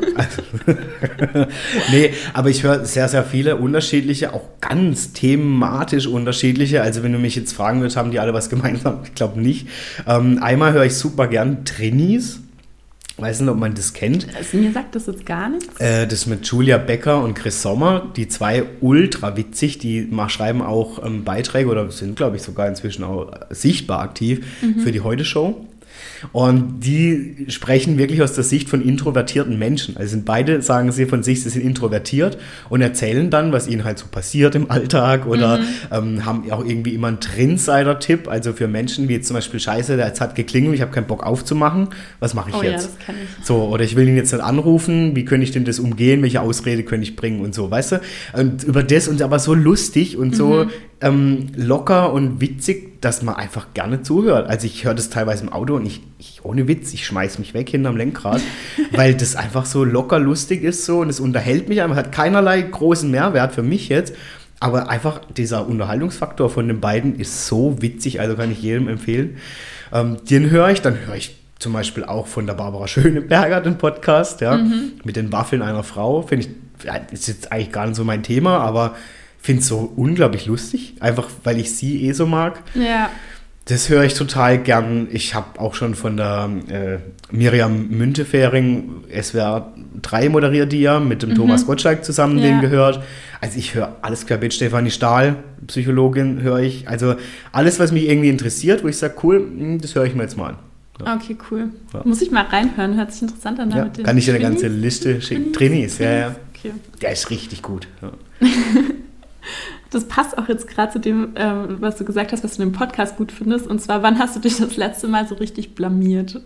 A: also, nee, aber ich höre sehr, sehr viele unterschiedliche, auch ganz thematisch unterschiedliche. Also wenn du mich jetzt fragen würdest, haben die alle was gemeinsam? Ich glaube nicht. Ähm, einmal höre ich super gern Trinis. Weiß nicht, ob man das kennt.
B: Also mir sagt das jetzt gar nichts.
A: Äh, das mit Julia Becker und Chris Sommer, die zwei ultra witzig, die mal schreiben auch ähm, Beiträge oder sind, glaube ich, sogar inzwischen auch sichtbar aktiv mhm. für die Heute-Show. Und die sprechen wirklich aus der Sicht von introvertierten Menschen. Also sind beide, sagen sie von sich, sie sind introvertiert und erzählen dann, was ihnen halt so passiert im Alltag oder mhm. ähm, haben auch irgendwie immer einen Trendsider-Tipp. Also für Menschen wie jetzt zum Beispiel, Scheiße, jetzt hat geklingelt, ich habe keinen Bock aufzumachen. Was mache ich
B: oh,
A: jetzt?
B: Ja, das kann ich.
A: So, oder ich will ihn jetzt nicht anrufen, wie könnte ich denn das umgehen, welche Ausrede könnte ich bringen und so, weißt du? Und über das und aber so lustig und so mhm. ähm, locker und witzig, dass man einfach gerne zuhört. Also ich höre das teilweise im Auto und ich, ich ohne Witz, ich schmeiß mich weg hinterm Lenkrad, weil das einfach so locker lustig ist so und es unterhält mich einfach, hat keinerlei großen Mehrwert für mich jetzt, aber einfach dieser Unterhaltungsfaktor von den beiden ist so witzig, also kann ich jedem empfehlen. Ähm, den höre ich, dann höre ich zum Beispiel auch von der Barbara Schöneberger, den Podcast, ja, mhm. mit den Waffeln einer Frau. Finde ich, ja, ist jetzt eigentlich gar nicht so mein Thema, aber finde es so unglaublich lustig, einfach weil ich sie eh so mag.
B: Ja.
A: Das höre ich total gern. Ich habe auch schon von der äh, Miriam Müntefering S W R drei moderiert die ja, mit dem mhm. Thomas Gottschalk zusammen ja. den gehört. Also ich höre alles querbeet. Stefanie Stahl, Psychologin, höre ich. Also alles, was mich irgendwie interessiert, wo ich sage, cool, das höre ich mir jetzt mal an.
B: Ja. Okay, cool. Ja. Muss ich mal reinhören, hört sich interessant an.
A: Ja,
B: mit den
A: kann ich dir eine ganze Liste schicken. Trainees, ja, ja.
B: Okay.
A: Der ist richtig gut. Ja.
B: Das passt auch jetzt gerade zu dem, ähm, was du gesagt hast, was du in dem Podcast gut findest. Und zwar, wann hast du dich das letzte Mal so richtig blamiert?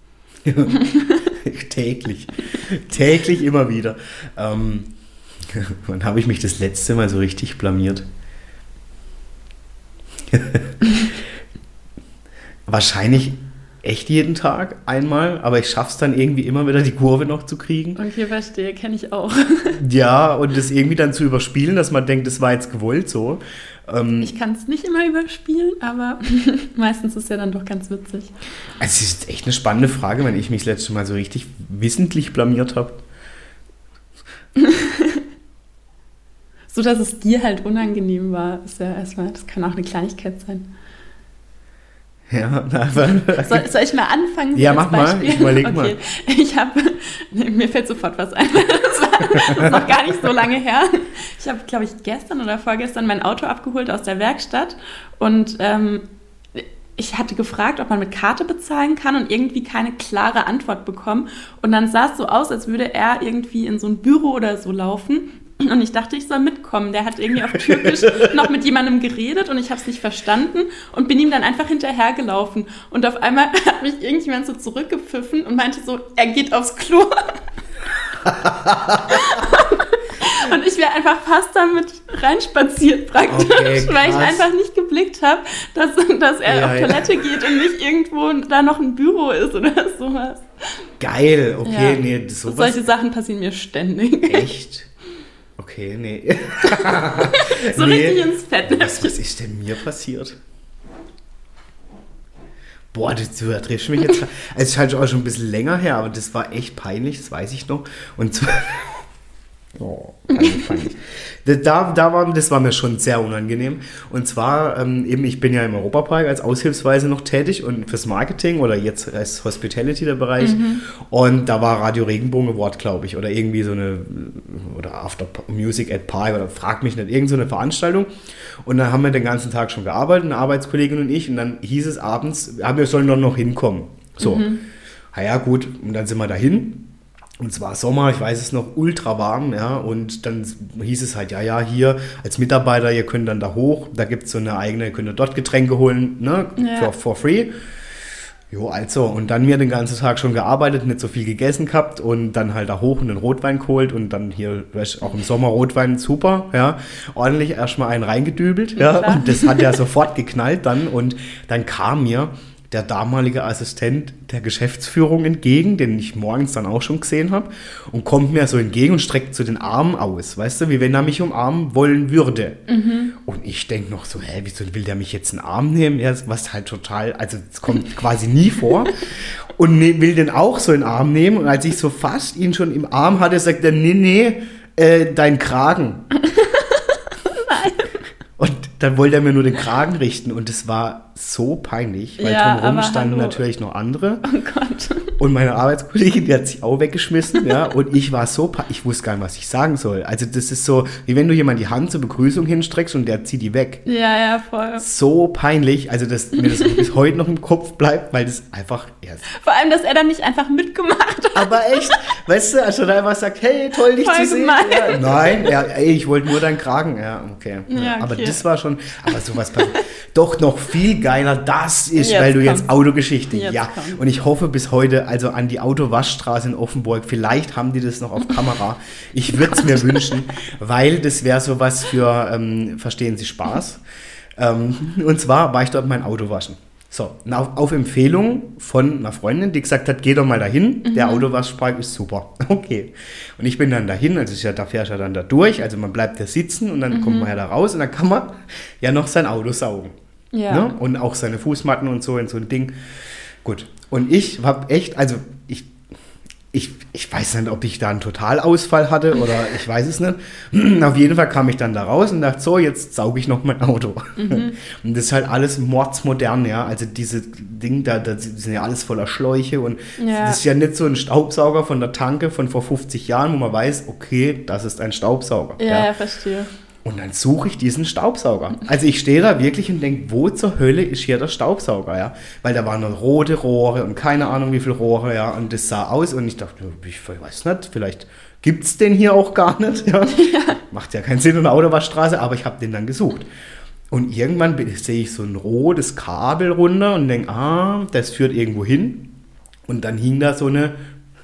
A: Täglich. Täglich immer wieder. Ähm, wann habe ich mich das letzte Mal so richtig blamiert? Wahrscheinlich echt jeden Tag einmal, aber ich schaffe es dann irgendwie immer wieder, die Kurve noch zu kriegen.
B: Okay, verstehe, kenne ich auch.
A: Ja, und das irgendwie dann zu überspielen, dass man denkt, das war jetzt gewollt so. Ähm,
B: ich kann es nicht immer überspielen, aber meistens ist es ja dann doch ganz witzig.
A: Also es ist echt eine spannende Frage, wenn ich mich das letzte Mal so richtig wissentlich blamiert habe.
B: So, dass es dir halt unangenehm war, ist ja erstmal, das kann auch eine Kleinigkeit sein.
A: Ja, aber
B: soll, soll ich mal anfangen?
A: Ja, mach mal, ich überleg okay. mal.
B: Ich habe, mir fällt sofort was ein, das, war, das ist noch gar nicht so lange her. Ich habe, glaube ich, gestern oder vorgestern mein Auto abgeholt aus der Werkstatt und ähm, ich hatte gefragt, ob man mit Karte bezahlen kann und irgendwie keine klare Antwort bekommen. Und dann sah es so aus, als würde er irgendwie in so ein Büro oder so laufen. Und ich dachte, ich soll mitkommen. Der hat irgendwie auf Türkisch noch mit jemandem geredet und ich habe es nicht verstanden und bin ihm dann einfach hinterhergelaufen. Und auf einmal hat mich irgendjemand so zurückgepfiffen und meinte so, er geht aufs Klo. Und ich wäre einfach fast damit reinspaziert praktisch, okay, weil ich einfach nicht geblickt habe, dass, dass er ja, auf Toilette ja. geht und nicht irgendwo da noch ein Büro ist oder sowas.
A: Geil, okay, ja. nee,
B: sowas. Solche Sachen passieren mir ständig.
A: Echt? Okay, nee.
B: so nee. Richtig ins Fettnäpfchen.
A: Was, was ist denn mir passiert? Boah, das, du triffst mich jetzt. Es ist halt auch schon ein bisschen länger her, aber das war echt peinlich, das weiß ich noch. Und zwar. Oh, peinlich, peinlich. Da, da war, das war mir schon sehr unangenehm. Und zwar, ähm, eben, ich bin ja im Europapark als Aushilfsweise noch tätig und fürs Marketing oder jetzt als Hospitality der Bereich. Mhm. Und da war Radio Regenbogen Award, glaube ich, oder irgendwie so eine, oder After Music at Park oder frag mich nicht, irgend so eine Veranstaltung. Und dann haben wir den ganzen Tag schon gearbeitet, eine Arbeitskollegin und ich. Und dann hieß es abends, ja, wir sollen doch noch hinkommen. So, mhm. Na ja, gut, und dann sind wir dahin. Und es war Sommer, ich weiß es noch, ultra warm, ja, und dann hieß es halt, ja, ja, hier als Mitarbeiter, ihr könnt dann da hoch, da gibt es so eine eigene, ihr könnt dort Getränke holen, ne, ja. for, for free. Jo, also, und dann mir den ganzen Tag schon gearbeitet, nicht so viel gegessen gehabt und dann halt da hoch und den Rotwein geholt und dann hier, weißt, auch im Sommer Rotwein, super, ja, ordentlich erstmal einen reingedübelt, ja, ja und das hat ja sofort geknallt dann und dann kam mir der damalige Assistent der Geschäftsführung entgegen, den ich morgens dann auch schon gesehen habe, und kommt mir so entgegen und streckt so den Arm aus, weißt du, wie wenn er mich umarmen wollen würde. Mhm. Und ich denke noch so, hä, wieso will der mich jetzt einen Arm nehmen? Ja, was halt total, also es kommt quasi nie vor. Und ne, will den auch so in den Arm nehmen. Und als ich so fast ihn schon im Arm hatte, sagt er, nee, nee, äh, dein Kragen. Nein. Und dann wollte er mir nur den Kragen richten und es war so peinlich, weil
B: ja,
A: drumherum standen hallo. natürlich noch andere.
B: Oh Gott.
A: Und meine Arbeitskollegin, die hat sich auch weggeschmissen, ja, und ich war so, ich wusste gar nicht, was ich sagen soll. Also das ist so, wie wenn du jemand die Hand zur Begrüßung hinstreckst und der zieht die weg.
B: Ja, ja, voll.
A: So peinlich, also dass mir das bis heute noch im Kopf bleibt, weil das einfach erst.
B: Vor allem, dass er dann nicht einfach mitgemacht hat.
A: Aber echt, weißt du, als er da einfach sagt, hey, toll, dich voll zu sehen. Ja, nein, ja, ey, ich wollte nur deinen Kragen. Ja, okay. Ja, ja, okay. Aber das war schon, aber sowas passiert. Doch noch viel geiler, das ist, jetzt weil du kommt's. Jetzt Autogeschichte, jetzt ja. Kommt's. Und ich hoffe bis heute, also an die Autowaschstraße in Offenburg, vielleicht haben die das noch auf Kamera. Ich würde es mir wünschen, weil das wäre sowas für, ähm, verstehen Sie, Spaß. Ähm, und zwar war ich dort mein Auto waschen. So, auf, auf Empfehlung von einer Freundin, die gesagt hat, geh doch mal dahin, mhm. der Autowaschpark ist super. Okay. Und ich bin dann dahin, also ich ja, da fährst du ja dann da durch, also man bleibt ja sitzen und dann mhm. kommt man ja da raus und dann kann man ja noch sein Auto saugen. Ja. Ne? Und auch seine Fußmatten und so in so ein Ding. Gut. Und ich habe echt, also ich, ich, ich weiß nicht, ob ich da einen Totalausfall hatte oder ich weiß es nicht. Auf jeden Fall kam ich dann da raus und dachte, so, jetzt sauge ich noch mein Auto. Mhm. Und das ist halt alles mordsmodern, ja. Also diese Dinge, da, da sind ja alles voller Schläuche und ja. Das ist ja nicht so ein Staubsauger von der Tanke von vor fünfzig Jahren, wo man weiß, okay, das ist ein Staubsauger.
B: Ja, ja, ja, verstehe.
A: Und dann suche ich diesen Staubsauger. Also ich stehe da wirklich und denke, wo zur Hölle ist hier der Staubsauger, ja? Weil da waren dann rote Rohre und keine Ahnung wie viele Rohre, ja. Und das sah aus und ich dachte, ich weiß nicht, vielleicht gibt es den hier auch gar nicht, ja. Ja. Macht ja keinen Sinn in der Autobahnstraße, aber ich habe den dann gesucht. Und irgendwann sehe ich so ein rotes Kabel runter und denke, ah, das führt irgendwo hin. Und dann hing da so eine,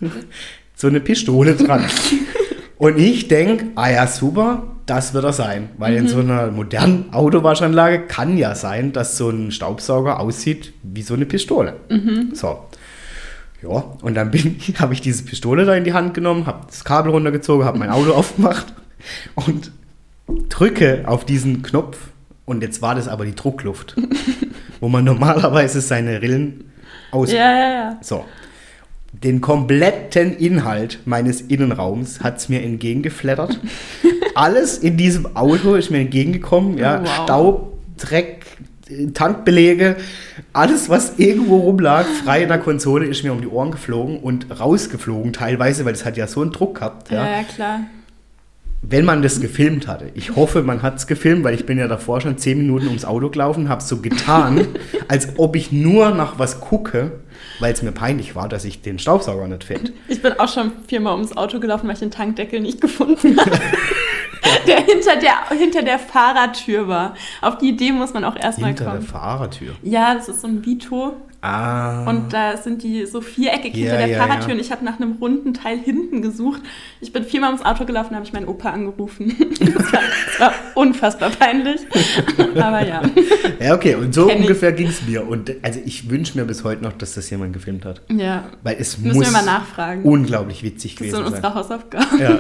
A: so eine Pistole dran. Und ich denke, ah ja, super, das wird er sein. Weil mhm. in so einer modernen Autowaschanlage kann ja sein, dass so ein Staubsauger aussieht wie so eine Pistole. Mhm. So. Ja, und dann habe ich diese Pistole da in die Hand genommen, habe das Kabel runtergezogen, habe mein Auto aufgemacht und drücke auf diesen Knopf. Und jetzt war das aber die Druckluft, wo man normalerweise seine Rillen aus...
B: Ja, ja, ja.
A: So. Den kompletten Inhalt meines Innenraums hat es mir entgegengeflattert. Alles in diesem Auto ist mir entgegengekommen. Ja, wow. Staub, Dreck, Tankbelege, alles, was irgendwo rumlag, frei in der Konsole, ist mir um die Ohren geflogen und rausgeflogen teilweise, weil es hat ja so einen Druck gehabt.
B: Ja, ja, klar.
A: Wenn man das gefilmt hatte. Ich hoffe, man hat es gefilmt, weil ich bin ja davor schon zehn Minuten ums Auto gelaufen, habe so getan, als ob ich nur nach was gucke, weil es mir peinlich war, dass ich den Staubsauger nicht finde.
B: Ich bin auch schon viermal ums Auto gelaufen, weil ich den Tankdeckel nicht gefunden habe. Der hinter der, hinter der Fahrertür war. Auf die Idee muss man auch erstmal kommen.
A: Hinter der Fahrertür?
B: Ja, das ist so ein Vito.
A: Ah.
B: Und da sind die so viereckig
A: ja,
B: hinter der
A: ja,
B: Fahrertür.
A: ja.
B: Und ich habe nach einem runden Teil hinten gesucht. Ich bin viermal ums Auto gelaufen, habe ich meinen Opa angerufen. Das war, das war unfassbar peinlich. Aber ja.
A: Ja, okay. Und so
B: Kenn
A: ungefähr ging es mir. Und also ich wünsche mir bis heute noch, dass das jemand gefilmt hat.
B: Ja.
A: Weil es
B: Müssen
A: muss
B: wir mal nachfragen.
A: unglaublich witzig
B: das
A: gewesen sein.
B: Das ist unsere Hausaufgabe.
A: Ja.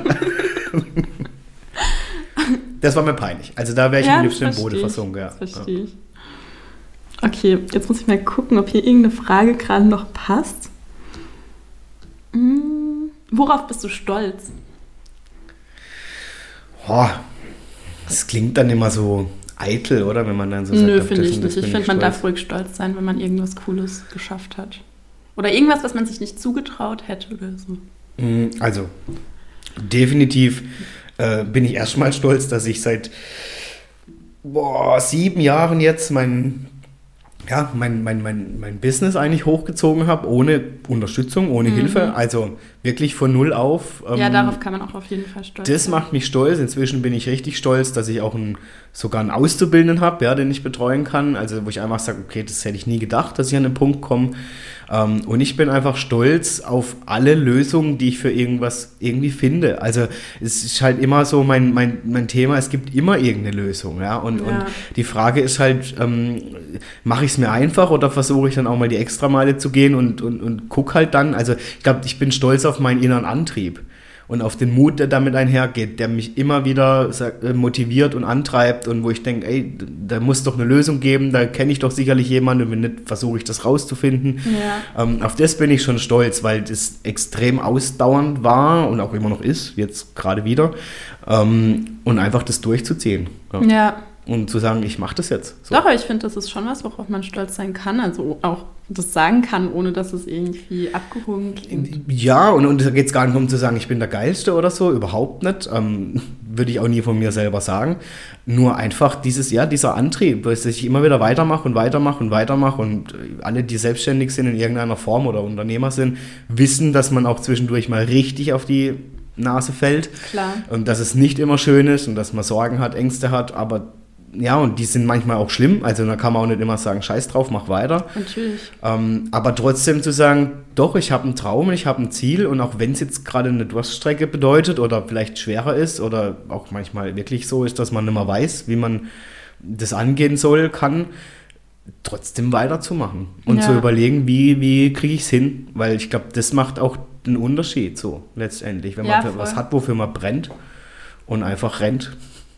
A: Das war mir peinlich. Also da wäre ich
B: ja,
A: am liebsten im Boden versunken. Ja.
B: Das verstehe ich. Okay, jetzt muss ich mal gucken, ob hier irgendeine Frage gerade noch passt. Hm, worauf bist du stolz?
A: Oh, das klingt dann immer so eitel, oder? Wenn man dann so sagt,
B: nö, finde ich nicht. Ich finde, man darf ruhig stolz sein, wenn man irgendwas Cooles geschafft hat. Oder irgendwas, was man sich nicht zugetraut hätte oder so.
A: Also, definitiv äh, bin ich erstmal stolz, dass ich seit boah, sieben Jahren jetzt mein, ja, mein, mein, mein, mein Business eigentlich hochgezogen habe, ohne Unterstützung, ohne mhm. Hilfe. Also wirklich von null auf. Ähm,
B: ja, darauf kann man auch auf jeden Fall stolz sein.
A: Das macht mich stolz. Inzwischen bin ich richtig stolz, dass ich auch einen, sogar einen Auszubildenden habe, ja, den ich betreuen kann. Also wo ich einfach sage, okay, das hätte ich nie gedacht, dass ich an den Punkt komme. Ähm, und ich bin einfach stolz auf alle Lösungen, die ich für irgendwas irgendwie finde. Also es ist halt immer so mein, mein, mein Thema, es gibt immer irgendeine Lösung. Ja? Und, ja. und die Frage ist halt, ähm, mache ich es mir einfach oder versuche ich dann auch mal die Extrameile zu gehen und, und, und gucke halt dann. Also ich glaube, ich bin stolz auf meinen inneren Antrieb und auf den Mut, der damit einhergeht, der mich immer wieder motiviert und antreibt und wo ich denke, ey, da muss doch eine Lösung geben, da kenne ich doch sicherlich jemanden und wenn nicht, versuche ich das rauszufinden. Ja. Ähm, auf das bin ich schon stolz, weil das extrem ausdauernd war und auch immer noch ist, jetzt gerade wieder, ähm, und einfach das durchzuziehen. Ja. ja. Und zu sagen, ich mache das jetzt.
B: So. Doch, aber ich finde, das ist schon was, worauf man stolz sein kann. Also auch das sagen kann, ohne dass es irgendwie abgehoben klingt.
A: Ja, und, und da geht es gar nicht um zu sagen, ich bin der Geilste oder so, überhaupt nicht. Ähm, würde ich auch nie von mir selber sagen. Nur einfach dieses, ja, dieser Antrieb, dass ich immer wieder weitermache und weitermache und weitermache und alle, die selbstständig sind in irgendeiner Form oder Unternehmer sind, wissen, dass man auch zwischendurch mal richtig auf die Nase fällt.
B: Klar.
A: Und dass es nicht immer schön ist und dass man Sorgen hat, Ängste hat, aber ja, und die sind manchmal auch schlimm, also da kann man auch nicht immer sagen, scheiß drauf, mach weiter.
B: Natürlich.
A: Ähm, aber trotzdem zu sagen, doch, ich habe einen Traum, ich habe ein Ziel und auch wenn es jetzt gerade eine Durststrecke bedeutet oder vielleicht schwerer ist oder auch manchmal wirklich so ist, dass man nicht mehr weiß, wie man das angehen soll, kann, trotzdem weiterzumachen und ja. zu überlegen, wie, wie kriege ich es hin, weil ich glaube, das macht auch den Unterschied so letztendlich, wenn man ja, was hat, wofür man brennt und einfach rennt.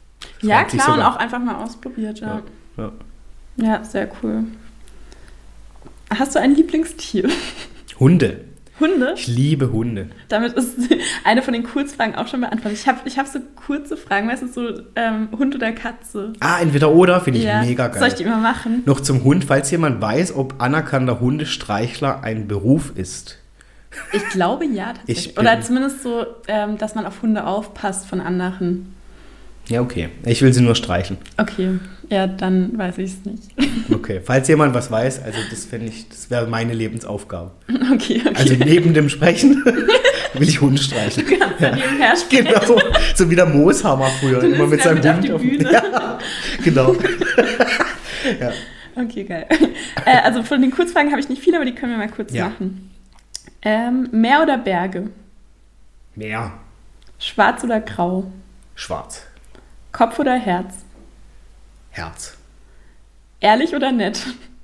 B: Ja, klar, und auch einfach mal ausprobiert, ja.
A: Ja,
B: ja. ja, sehr cool. Hast du ein Lieblingstier?
A: Hunde.
B: Hunde?
A: Ich liebe Hunde.
B: Damit ist eine von den Kurzfragen auch schon beantwortet. Ich habe ich hab so kurze Fragen, weißt du, so ähm, Hund oder Katze.
A: Ah, entweder oder, finde ich
B: Ja.
A: mega geil.
B: Soll ich die immer machen?
A: Noch zum Hund, falls jemand weiß, ob anerkannter Hundestreichler ein Beruf ist.
B: Ich glaube ja, tatsächlich.
A: Ich bin-
B: Oder zumindest so, ähm, dass man auf Hunde aufpasst von anderen.
A: Ja, okay. Ich will sie nur streicheln.
B: Okay, ja, dann weiß ich es nicht.
A: Okay. Falls jemand was weiß, also das fände ich, das wäre meine Lebensaufgabe.
B: Okay, okay.
A: Also neben dem Sprechen will ich Hunde streicheln.
B: du kannst ja nebenher sprechen.
A: Genau. So wie der Mooshammer früher.
B: Du
A: immer
B: nimmst
A: mit
B: ihn
A: seinem
B: damit auf die
A: Hund.
B: Bühne.
A: Ja, genau. Ja.
B: Okay, geil. äh, also von den Kurzfragen habe ich nicht viele, aber die können wir mal kurz
A: Ja.
B: machen. Ähm, Meer oder Berge?
A: Meer.
B: Schwarz oder grau?
A: Schwarz.
B: Kopf oder Herz?
A: Herz.
B: Ehrlich oder nett?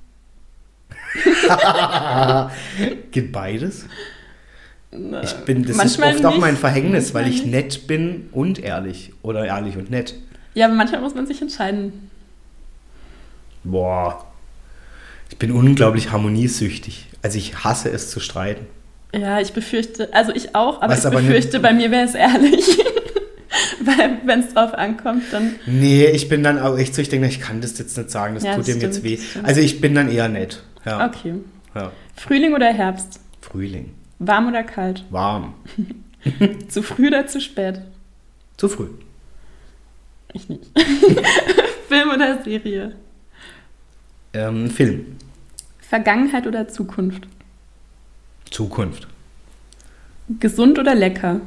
A: Geht beides?
B: Na,
A: Ich bin, das
B: manchmal
A: ist oft auch
B: nicht,
A: mein Verhängnis, weil ich
B: manchmal
A: nett bin und ehrlich. Oder ehrlich und nett.
B: Ja, aber manchmal muss man sich entscheiden.
A: Boah. Ich bin unglaublich harmoniesüchtig. Also ich hasse es zu streiten.
B: Ja, ich befürchte, also ich auch, aber
A: Was
B: ich
A: aber
B: befürchte,
A: nicht-
B: bei mir wäre es ehrlich. Weil wenn es drauf ankommt, dann...
A: Nee, ich bin dann auch echt so, ich denke, ich kann das jetzt nicht sagen, das
B: Ja,
A: tut
B: das
A: dem jetzt
B: stimmt,
A: weh.
B: das stimmt.
A: Also ich bin dann eher nett. Ja.
B: Okay.
A: Ja.
B: Frühling oder Herbst?
A: Frühling.
B: Warm oder kalt?
A: Warm.
B: Zu früh oder zu spät?
A: Zu früh.
B: Ich nicht. Film oder Serie?
A: Ähm, Film.
B: Vergangenheit oder Zukunft?
A: Zukunft.
B: Gesund oder lecker?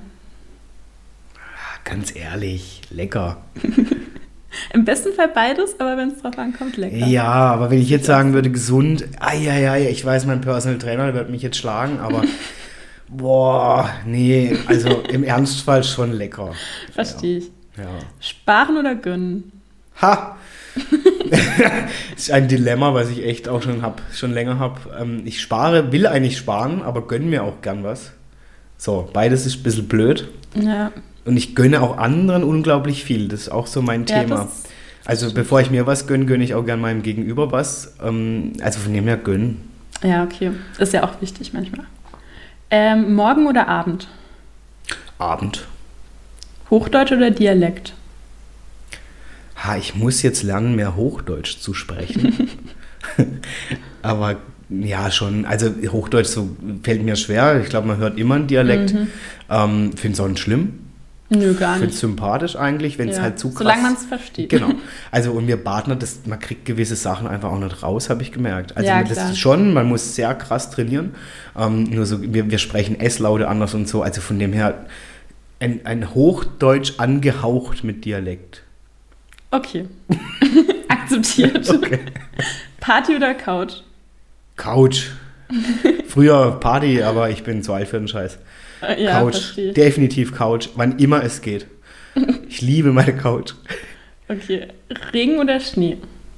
A: Ganz ehrlich, lecker.
B: Im besten Fall beides, aber wenn es drauf ankommt, lecker.
A: Ja, aber wenn ich jetzt sagen würde, gesund, ai, ich weiß, mein Personal Trainer wird mich jetzt schlagen, aber boah, nee, also im Ernstfall schon lecker.
B: Verstehe ich.
A: Ja.
B: Sparen oder gönnen?
A: Ha! Das ist ein Dilemma, was ich echt auch schon hab, schon länger habe. Ähm, ich spare, will eigentlich sparen, aber gönne mir auch gern was. So, beides ist ein bisschen blöd.
B: Ja.
A: Und ich gönne auch anderen unglaublich viel. Das ist auch so mein
B: Ja,
A: Thema.
B: das-
A: Also bevor ich mir was gönne, gönne ich auch gern meinem Gegenüber was. Ähm, also von dem her gönnen.
B: Ja, okay. Ist ja auch wichtig manchmal. Ähm, Morgen oder Abend?
A: Abend.
B: Hochdeutsch oder Dialekt?
A: Ha, ich muss jetzt lernen, mehr Hochdeutsch zu sprechen. Aber ja, schon. Also Hochdeutsch so fällt mir schwer. Ich glaube, man hört immer einen Dialekt.
B: Mhm.
A: Ähm, finde es auch nicht schlimm.
B: Nö, gar
A: Finde
B: nicht.
A: es sympathisch eigentlich, wenn es
B: Ja.
A: halt zu krass...
B: Solange man es versteht.
A: Genau. Also und wir Partner, das, man kriegt gewisse Sachen einfach auch nicht raus, habe ich gemerkt. Also
B: Ja,
A: das
B: klar.
A: ist schon, man muss sehr krass trainieren. Ähm, nur so, wir, wir sprechen S-Laute anders und so. Also von dem her ein, ein Hochdeutsch angehaucht mit Dialekt.
B: Okay. Akzeptiert.
A: Okay.
B: Party oder Couch?
A: Couch. Früher Party, aber ich bin zu alt für den Scheiß.
B: Äh, Ja,
A: Couch.
B: verstehe.
A: Definitiv Couch, wann immer es geht. Ich liebe meine Couch.
B: Okay. Regen oder Schnee?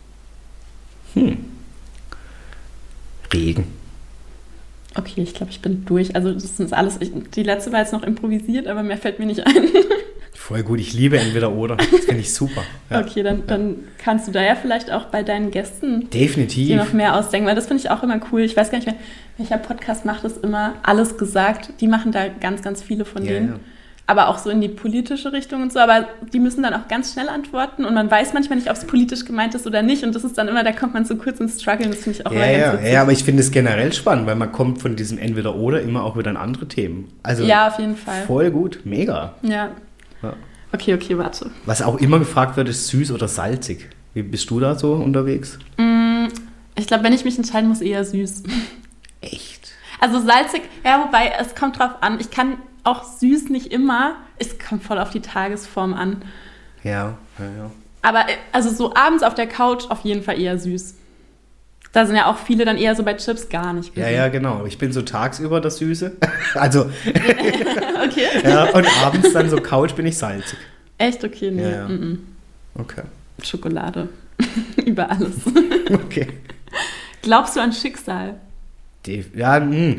A: Regen.
B: Okay, ich glaube, ich bin durch. Also das ist alles. Ich, die letzte war jetzt noch improvisiert, aber mehr fällt mir nicht ein.
A: Voll gut, ich liebe entweder oder. Das finde ich super. Ja.
B: Okay, dann, dann kannst du da ja vielleicht auch bei deinen Gästen
A: Definitiv.
B: dir noch mehr ausdenken, weil das finde ich auch immer cool. Ich weiß gar nicht mehr, welcher Podcast macht das immer. Alles gesagt. Die machen da ganz, ganz viele von
A: Ja,
B: denen.
A: ja.
B: Aber auch so in die politische Richtung und so. Aber die müssen dann auch ganz schnell antworten und man weiß manchmal nicht, ob es politisch gemeint ist oder nicht. Und das ist dann immer, da kommt man so kurz ins Struggeln. Das finde ich auch
A: Ja,
B: immer ganz
A: ja,
B: witzig.
A: ja, aber ich finde es generell spannend, weil man kommt von diesem Entweder-Oder immer auch wieder in andere Themen. Also
B: Ja, auf jeden Fall.
A: voll gut, mega.
B: Ja.
A: Ja.
B: Okay, okay, warte.
A: Was auch immer gefragt wird, ist süß oder salzig. Wie bist du da so unterwegs?
B: Mm, Ich glaube, wenn ich mich entscheiden muss, eher süß.
A: Echt?
B: Also salzig, ja, wobei, es kommt drauf an. Ich kann auch süß nicht immer. Es kommt voll auf die Tagesform an.
A: Ja, ja, ja.
B: Aber äh, also so abends auf der Couch auf jeden Fall eher süß. Da sind ja auch viele dann eher so bei Chips gar nicht.
A: Ja, ja, genau. Ich bin so tagsüber das Süße. Also,
B: Okay.
A: ja, und abends dann so Couch bin ich salzig.
B: Echt? Okay, nee.
A: Ja, ja.
B: Mm
A: Okay.
B: -mm. Schokolade. Über alles.
A: Okay.
B: Glaubst du an Schicksal?
A: Die, ja, mh.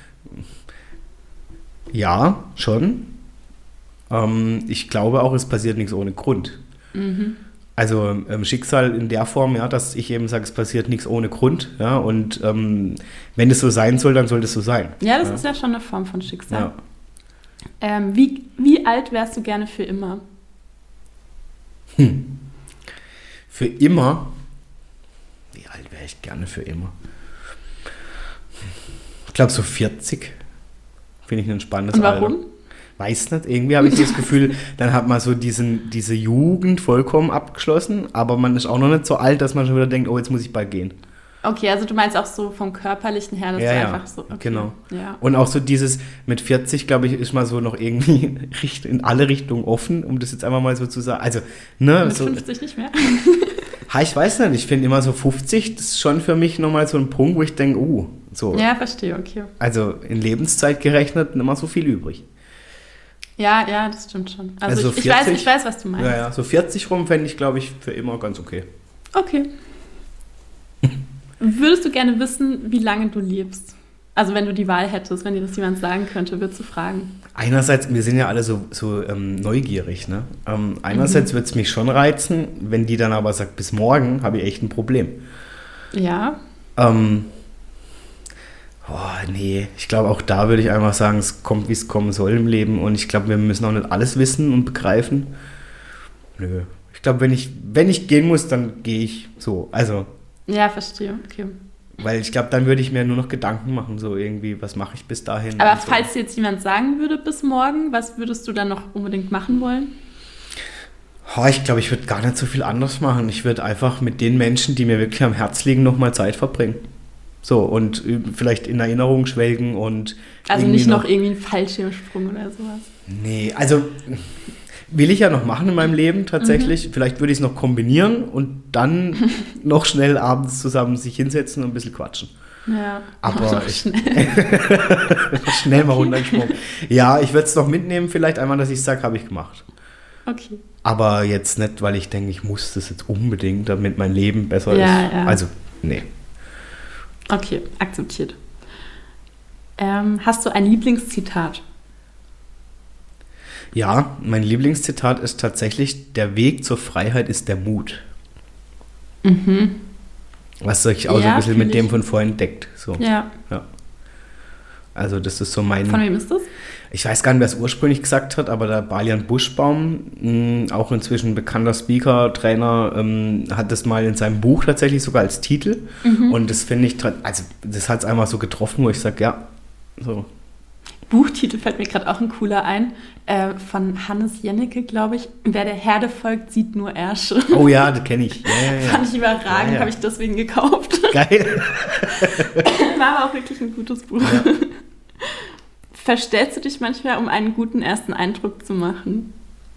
A: ja, schon. Ähm, ich glaube auch, es passiert nichts ohne Grund.
B: Mhm.
A: Also ähm, Schicksal in der Form, ja, dass ich eben sage, es passiert nichts ohne Grund, ja, und ähm, wenn es so sein soll, dann soll es so sein.
B: Ja, das
A: ja.
B: ist ja schon eine Form von Schicksal.
A: Ja.
B: Ähm, wie, wie alt wärst du gerne für immer?
A: Hm. Für immer? Wie alt wäre ich gerne für immer? Ich glaube so vierzig. Finde ich ein spannendes
B: Und warum?
A: Alter. Weiß nicht, irgendwie habe ich das Gefühl, dann hat man so diesen, diese Jugend vollkommen abgeschlossen, aber man ist auch noch nicht so alt, dass man schon wieder denkt, oh, jetzt muss ich bald gehen.
B: Okay, also du meinst auch so vom Körperlichen her, dass
A: Ja,
B: du
A: ja,
B: einfach so... Okay.
A: genau.
B: Ja.
A: Und auch so dieses, mit vierzig, glaube ich, ist man so noch irgendwie in alle Richtungen offen, um das jetzt einfach mal so zu sagen. Also, ne,
B: Mit
A: so,
B: fünfzig nicht mehr?
A: ha, ich weiß nicht, ich finde immer so fünfzig, das ist schon für mich nochmal so ein Punkt, wo ich denke, uh, so.
B: Ja, verstehe, okay.
A: Also in Lebenszeit gerechnet, nicht mal so viel übrig.
B: Ja, ja, das stimmt schon. Also,
A: Also
B: ich, ich,
A: vierzig,
B: weiß, ich weiß, was du meinst.
A: Ja, ja, so vierzig rum fände ich, glaube ich, für immer ganz okay.
B: Okay. Würdest du gerne wissen, wie lange du lebst? Also wenn du die Wahl hättest, wenn dir das jemand sagen könnte, würdest du fragen?
A: Einerseits, wir sind ja alle so, so ähm, neugierig, ne? Ähm, einerseits mhm. würde es mich schon reizen, wenn die dann aber sagt, bis morgen habe ich echt ein Problem.
B: Ja.
A: Ähm, oh, nee, ich glaube auch da würde ich einfach sagen, es kommt, wie es kommen soll im Leben und ich glaube, wir müssen auch nicht alles wissen und begreifen. Nö. Ich glaube, wenn ich, wenn ich gehen muss, dann gehe ich so. Also.
B: Ja, verstehe, okay.
A: Weil ich glaube, dann würde ich mir nur noch Gedanken machen, so irgendwie, was mache ich bis dahin.
B: Aber
A: so.
B: Falls dir jetzt jemand sagen würde bis morgen, was würdest du dann noch unbedingt machen wollen?
A: Oh, ich glaube, ich würde gar nicht so viel anders machen. Ich würde einfach mit den Menschen, die mir wirklich am Herz liegen, nochmal Zeit verbringen. So, und vielleicht in Erinnerung schwelgen und
B: Also nicht noch, noch irgendwie ein Fallschirmsprung oder sowas?
A: Nee, also will ich ja noch machen in meinem Leben tatsächlich. Mhm. Vielleicht würde ich es noch kombinieren und dann noch schnell abends zusammen sich hinsetzen und ein bisschen quatschen.
B: Ja,
A: aber ich, schnell. schnell mal runtergesprungen. Ja, ich würde es noch mitnehmen, vielleicht einmal, dass ich sage, habe ich gemacht.
B: Okay.
A: Aber jetzt nicht, weil ich denke, ich muss das jetzt unbedingt, damit mein Leben besser
B: ja,
A: ist.
B: Ja.
A: Also, nee.
B: Okay, akzeptiert. Ähm, hast du ein Lieblingszitat?
A: Ja, mein Lieblingszitat ist tatsächlich, der Weg zur Freiheit ist der Mut.
B: Mhm.
A: Was sich auch ja, so ein bisschen mit dem von vorhin deckt. So.
B: Ja.
A: ja. Also das ist so mein...
B: Von wem ist das?
A: Ich weiß gar nicht, wer es ursprünglich gesagt hat, aber der Balian Buschbaum, mh, auch inzwischen bekannter Speaker, Trainer, ähm, hat das mal in seinem Buch tatsächlich sogar als Titel. Mhm. Und das finde ich, also das hat es einfach so getroffen, wo ich sage, ja, so.
B: Buchtitel fällt mir gerade auch ein cooler ein, äh, von Hannes Jennecke, glaube ich. Wer der Herde folgt, sieht nur Ärsche.
A: Oh ja, das kenne ich. Ja, ja, ja.
B: Fand ich überragend, ja, ja. Habe ich deswegen gekauft.
A: Geil.
B: War aber auch wirklich ein gutes Buch. Ja. Verstellst du dich manchmal, um einen guten ersten Eindruck zu machen?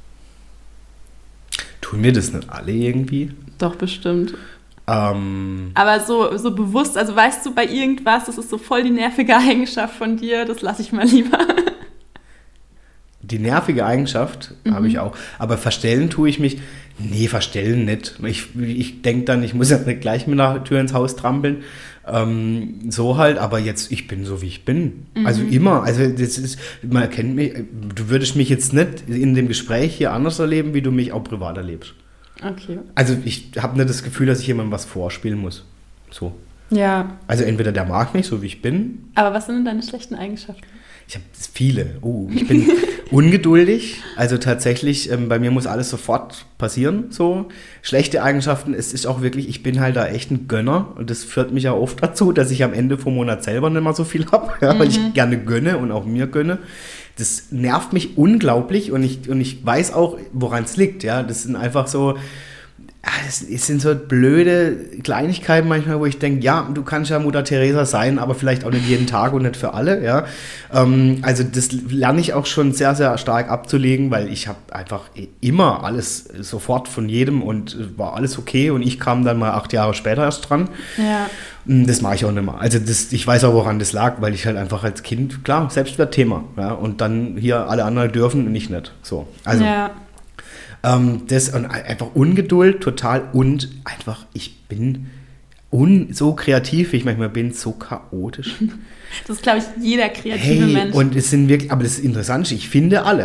A: Tun wir das nicht alle irgendwie?
B: Doch, bestimmt.
A: Ähm,
B: Aber so, so bewusst, also weißt du bei irgendwas, das ist so voll die nervige Eigenschaft von dir, das lasse ich mal lieber.
A: Die nervige Eigenschaft mhm. habe ich auch. Aber verstellen tue ich mich, nee, verstellen nicht. Ich, ich denke dann, ich muss ja nicht gleich mit der Tür ins Haus trampeln. Ähm, so halt, aber jetzt, ich bin so, wie ich bin. Mhm. Also immer. Also das ist, man erkennt mich, du würdest mich jetzt nicht in dem Gespräch hier anders erleben, wie du mich auch privat erlebst.
B: Okay.
A: Also ich habe nicht das Gefühl, dass ich jemandem was vorspielen muss. So.
B: Ja.
A: Also entweder der mag mich, so wie ich bin.
B: Aber was sind denn deine schlechten Eigenschaften?
A: Ich habe viele. Oh, ich bin ungeduldig. Also tatsächlich, ähm, bei mir muss alles sofort passieren. So schlechte Eigenschaften. Es ist auch wirklich, ich bin halt da echt ein Gönner. Und das führt mich ja oft dazu, dass ich am Ende vom Monat selber nicht mehr so viel habe. Ja, mhm. Weil ich gerne gönne und auch mir gönne. Das nervt mich unglaublich und ich, und ich weiß auch, woran es liegt. Ja, das sind einfach so, ja, das sind so blöde Kleinigkeiten manchmal, wo ich denke, ja, du kannst ja Mutter Teresa sein, aber vielleicht auch nicht jeden Tag und nicht für alle. Ja, ähm, also das lerne ich auch schon sehr, sehr stark abzulegen, weil ich habe einfach immer alles sofort von jedem und war alles okay und ich kam dann mal acht Jahre später erst dran.
B: Ja.
A: Das mache ich auch nicht mehr. Also das, ich weiß auch, woran das lag, weil ich halt einfach als Kind, klar, Selbstwertthema. Ja, und dann hier alle anderen dürfen und ich nicht. So. Also
B: ja.
A: ähm, das und einfach Ungeduld total und einfach, ich bin un, so kreativ, wie ich manchmal bin, so chaotisch.
B: Das ist, glaube ich, jeder kreative
A: hey,
B: Mensch.
A: Und es sind wirklich, aber das ist interessant, ich finde alles.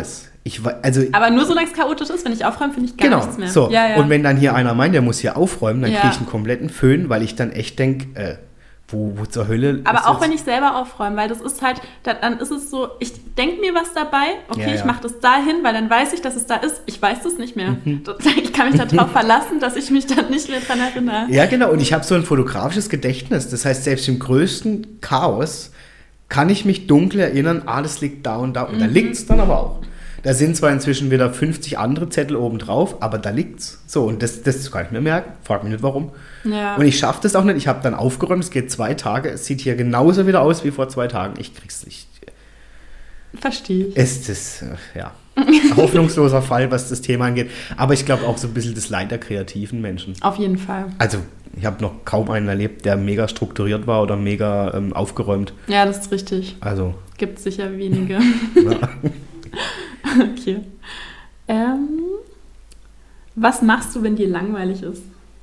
A: Ich, also,
B: aber nur solange es chaotisch ist, wenn ich aufräume, finde ich gar
A: genau,
B: nichts mehr.
A: So.
B: Ja, ja.
A: Und wenn dann hier einer meint, der muss hier aufräumen, dann
B: Ja.
A: kriege ich einen kompletten Föhn, weil ich dann echt denke, äh, wo, wo zur Hölle
B: Aber
A: ist
B: auch
A: jetzt?
B: wenn ich selber aufräume, weil das ist halt, dann ist es so, ich denke mir was dabei, okay,
A: Ja, ja.
B: ich mache das dahin, weil dann weiß ich, dass es da ist. Ich weiß das nicht mehr.
A: Mhm.
B: Ich kann mich darauf verlassen, dass ich mich dann nicht mehr dran erinnere.
A: Ja, genau. Und ich habe so ein fotografisches Gedächtnis. Das heißt, selbst im größten Chaos kann ich mich dunkel erinnern, ah, das liegt da und da. Und da
B: Mhm.
A: liegt es dann aber auch. Da sind zwar inzwischen wieder fünfzig andere Zettel oben drauf, aber da liegt's. So, und das, das kann ich mir merken. Frag mich nicht, warum.
B: Ja.
A: Und ich schaffe das auch nicht. Ich habe dann aufgeräumt, es geht zwei Tage. Es sieht hier genauso wieder aus wie vor zwei Tagen. Ich krieg's nicht.
B: Verstehe ich.
A: Es ist, äh, ja, hoffnungsloser Fall, was das Thema angeht. Aber ich glaube auch so ein bisschen das Leid der kreativen Menschen.
B: Auf jeden Fall.
A: Also, ich habe noch kaum einen erlebt, der mega strukturiert war oder mega ähm, aufgeräumt.
B: Ja, das ist richtig.
A: Also,
B: Gibt sicher wenige.
A: ja.
B: Okay. Ähm, was machst du, wenn dir langweilig ist?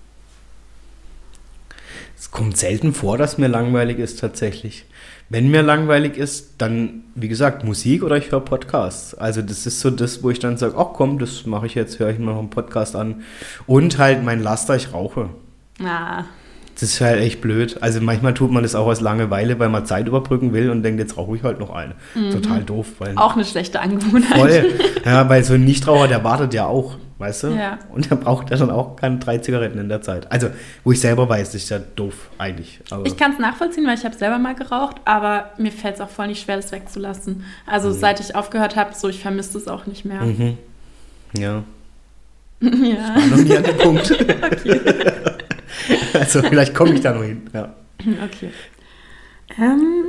A: Es kommt selten vor, dass mir langweilig ist tatsächlich. Wenn mir langweilig ist, dann, wie gesagt, Musik oder ich höre Podcasts. Also das ist so das, wo ich dann sage, ach komm, das mache ich jetzt, höre ich mir noch einen Podcast an. Und halt mein Laster, ich rauche.
B: Ah,
A: Das ist halt echt blöd. Also manchmal tut man das auch aus Langeweile, weil man Zeit überbrücken will und denkt, jetzt rauche ich halt noch eine.
B: Mhm.
A: Total doof. Weil
B: auch eine schlechte Angewohnheit.
A: voll. Ja, weil so ein Nichtraucher, der wartet ja auch, weißt du?
B: Ja.
A: Und der braucht ja dann auch keine drei Zigaretten in der Zeit. Also, wo ich selber weiß, das ist ja doof eigentlich. Aber
B: Ich kann es nachvollziehen, weil ich habe selber mal geraucht, aber mir fällt es auch voll nicht schwer, das wegzulassen. Also
A: Mhm.
B: seit ich aufgehört habe, so ich vermisse es auch nicht mehr.
A: mhm. Ja,
B: Ja.
A: war noch nie an dem Punkt.
B: Okay.
A: Also vielleicht komme ich da noch hin. Ja.
B: Okay. Ähm.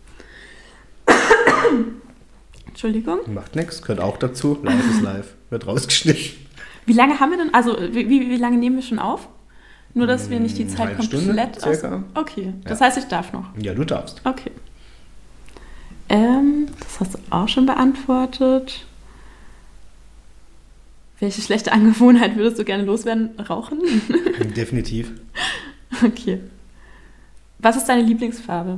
B: Entschuldigung.
A: Macht nichts, gehört auch dazu. Live ist live. Wird rausgeschnitten.
B: Wie lange haben wir denn, also wie, wie, wie lange nehmen wir schon auf? Nur, dass wir nicht die
A: Eine
B: Zeit
A: halbe Stunde
B: komplett aus...
A: circa.
B: Okay, das
A: Ja.
B: heißt, ich darf noch.
A: Ja, du darfst.
B: Okay. Ähm, das hast du auch schon beantwortet. Welche schlechte Angewohnheit würdest du gerne loswerden? Rauchen?
A: Definitiv.
B: Okay. Was ist deine Lieblingsfarbe?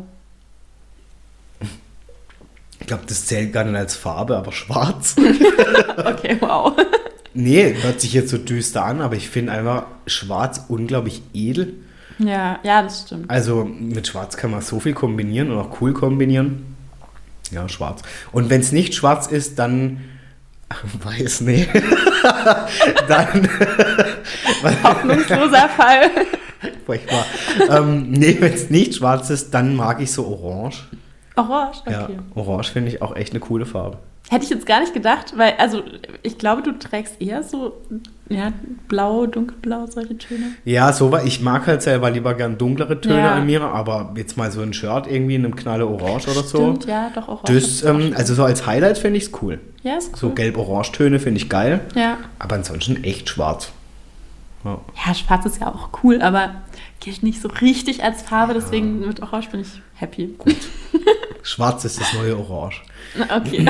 A: Ich glaube, das zählt gar nicht als Farbe, aber schwarz.
B: Okay, wow.
A: Nee, hört sich jetzt so düster an, aber ich finde einfach schwarz unglaublich edel.
B: Ja, ja, das stimmt.
A: Also mit schwarz kann man so viel kombinieren und auch cool kombinieren. Ja, schwarz. Und wenn es nicht schwarz ist, dann weiß, nee. dann
B: Hoffnungsloser Fall.
A: furchtbar. ähm, nee, wenn es nicht schwarz ist, dann mag ich so orange.
B: Orange, okay.
A: Ja, orange finde ich auch echt eine coole Farbe.
B: Hätte ich jetzt gar nicht gedacht, weil, also, ich glaube, du trägst eher so, ja, blau, dunkelblau, solche Töne.
A: Ja, so war, ich mag halt selber lieber gern dunklere Töne
B: Ja.
A: an mir, aber jetzt mal so ein Shirt irgendwie in einem Knalle orange oder so.
B: Stimmt, ja, doch, orange.
A: Das,
B: ist auch
A: ähm,
B: schön.
A: also so als Highlight finde ich es cool.
B: ja, ist cool.
A: So gelb-orange-Töne finde ich geil,
B: Ja.
A: aber ansonsten echt schwarz. Ja.
B: Ja, schwarz ist ja auch cool, aber gilt nicht so richtig als Farbe, deswegen mit Orange bin ich happy.
A: Schwarz ist das neue Orange.
B: Okay.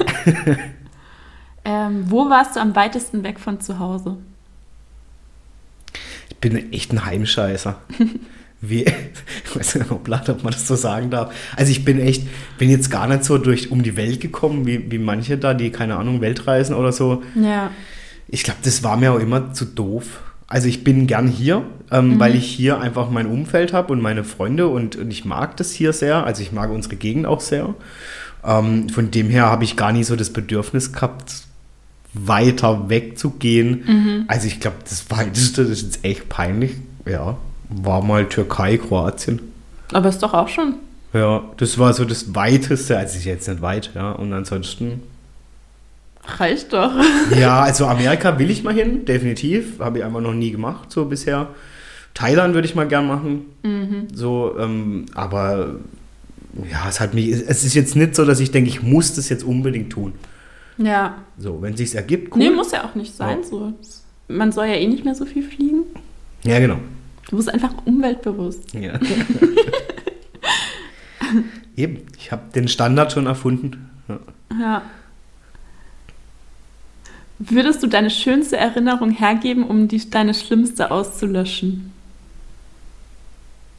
B: ähm, wo warst du am weitesten weg von zu Hause?
A: Ich bin echt ein Heimscheißer. Wie, ich weiß nicht, ob man das so sagen darf. Also ich bin echt, bin jetzt gar nicht so durch um die Welt gekommen, wie, wie manche da, die, keine Ahnung, Weltreisen oder so.
B: Ja.
A: Ich glaube, das war mir auch immer zu doof. Also ich bin gern hier, ähm,
B: Mhm.
A: weil ich hier einfach mein Umfeld habe und meine Freunde und, und ich mag das hier sehr. Also ich mag unsere Gegend auch sehr. Ähm, von dem her habe ich gar nie so das Bedürfnis gehabt, weiter wegzugehen.
B: Mhm.
A: Also ich glaube, das Weiteste, das ist jetzt echt peinlich, ja, war mal Türkei, Kroatien.
B: Aber ist doch auch schon.
A: Ja, das war so das Weiteste, also ist jetzt nicht weit, ja, und ansonsten...
B: Reicht doch.
A: Ja, also Amerika will ich mal hin, definitiv. Habe ich einfach noch nie gemacht, so bisher. Thailand würde ich mal gern machen.
B: Mhm.
A: So, ähm, aber ja, es hat mich, es ist jetzt nicht so, dass ich denke, ich muss das jetzt unbedingt tun.
B: Ja.
A: So, wenn es sich ergibt, cool.
B: Nee, muss ja auch nicht sein.
A: Ja.
B: So. Man soll ja eh nicht mehr so viel fliegen.
A: Ja, genau.
B: Du bist einfach umweltbewusst.
A: Ja. Eben, ich habe den Standard schon erfunden. Ja.
B: Ja. Würdest du deine schönste Erinnerung hergeben, um die, deine schlimmste auszulöschen?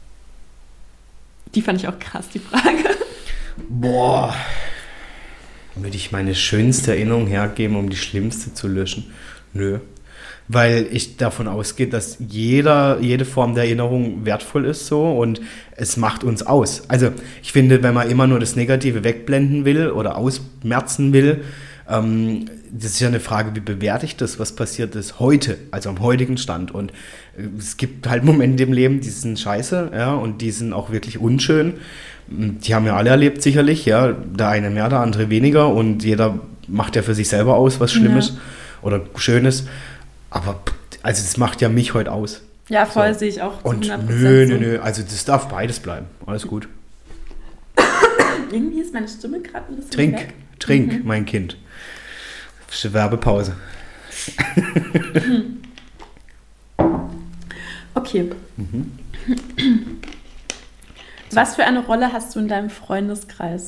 B: Die fand ich auch krass, die Frage.
A: Boah. Würde ich meine schönste Erinnerung hergeben, um die schlimmste zu löschen? Nö. Weil ich davon ausgehe, dass jeder, jede Form der Erinnerung wertvoll ist so und es macht uns aus. Also ich finde, wenn man immer nur das Negative wegblenden will oder ausmerzen will, ähm, das ist ja eine Frage, wie bewerte ich das, was passiert ist heute, also am heutigen Stand. Und äh, es gibt halt Momente im Leben, die sind scheiße, ja, und die sind auch wirklich unschön. Die haben wir alle erlebt sicherlich, ja, der eine mehr, der andere weniger und jeder macht ja für sich selber aus, was Schlimmes ja. oder Schönes. Aber also das macht ja mich heute aus.
B: Ja, voll, so. Sehe ich auch. Und nö,
A: nö, nö, also das darf beides bleiben. Alles gut.
B: Irgendwie ist meine Stimme gerade ein bisschen
A: Trink,
B: weg.
A: trink,
B: mhm.
A: mein Kind. Werbepause.
B: Okay. Mhm. Was für eine Rolle hast du in deinem Freundeskreis?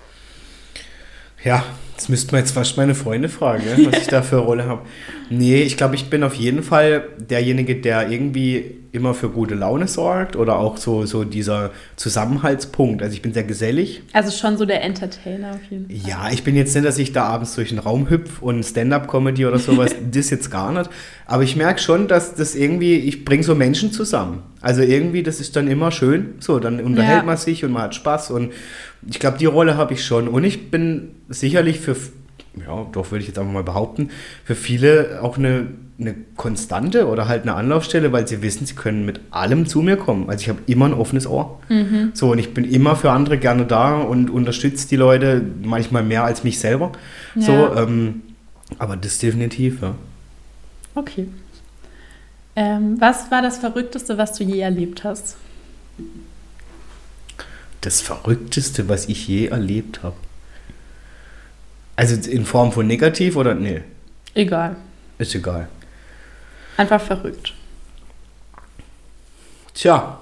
A: Ja, das müssten wir jetzt fast meine Freunde fragen, ja, was ich da für eine Rolle habe. Nee, ich glaube, ich bin auf jeden Fall derjenige, der irgendwie immer für gute Laune sorgt oder auch so, so dieser Zusammenhaltspunkt. Also ich bin sehr gesellig.
B: Also schon so der Entertainer auf jeden Fall.
A: Ja, ich bin jetzt nicht, dass ich da abends durch den Raum hüpfe und Stand-up-Comedy oder sowas, das jetzt gar nicht. Aber ich merke schon, dass das irgendwie, ich bringe so Menschen zusammen. Also irgendwie, das ist dann immer schön. So, dann unterhält ja. man sich und man hat Spaß und ich glaube, die Rolle habe ich schon. Und ich bin sicherlich für, ja, doch würde ich jetzt einfach mal behaupten, für viele auch eine, eine Konstante oder halt eine Anlaufstelle, weil sie wissen, sie können mit allem zu mir kommen. Also ich habe immer ein offenes Ohr. Mhm. So, und ich bin immer für andere gerne da und unterstütze die Leute manchmal mehr als mich selber. Ja. So, ähm, aber das definitiv, ja.
B: Okay. Ähm, was war das Verrückteste, was du je erlebt hast?
A: Das Verrückteste, was ich je erlebt habe. Also in Form von negativ oder nee?
B: Egal.
A: Ist egal.
B: Einfach verrückt.
A: Tja.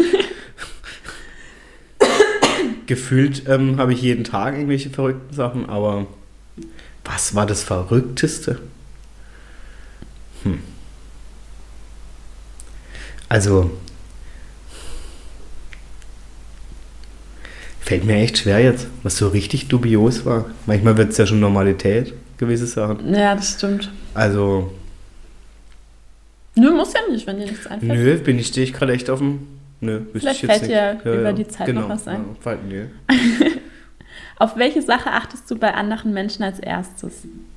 A: Gefühlt ähm, habe ich jeden Tag irgendwelche verrückten Sachen, aber was war das Verrückteste? Hm. Also fällt mir echt schwer jetzt, was so richtig dubios war. Manchmal wird es ja schon Normalität, gewisse Sachen.
B: Ja, das stimmt.
A: Also.
B: Nö, muss ja nicht, wenn dir nichts einfällt.
A: Nö, bin ich, stehe ich gerade echt auf dem. Nö, wüsste
B: Vielleicht
A: ich jetzt
B: fällt
A: nicht.
B: dir
A: Ja,
B: über
A: ja.
B: die Zeit
A: genau.
B: noch was ein.
A: Ja, fällt, nö.
B: Auf welche Sache achtest du bei anderen Menschen als erstes?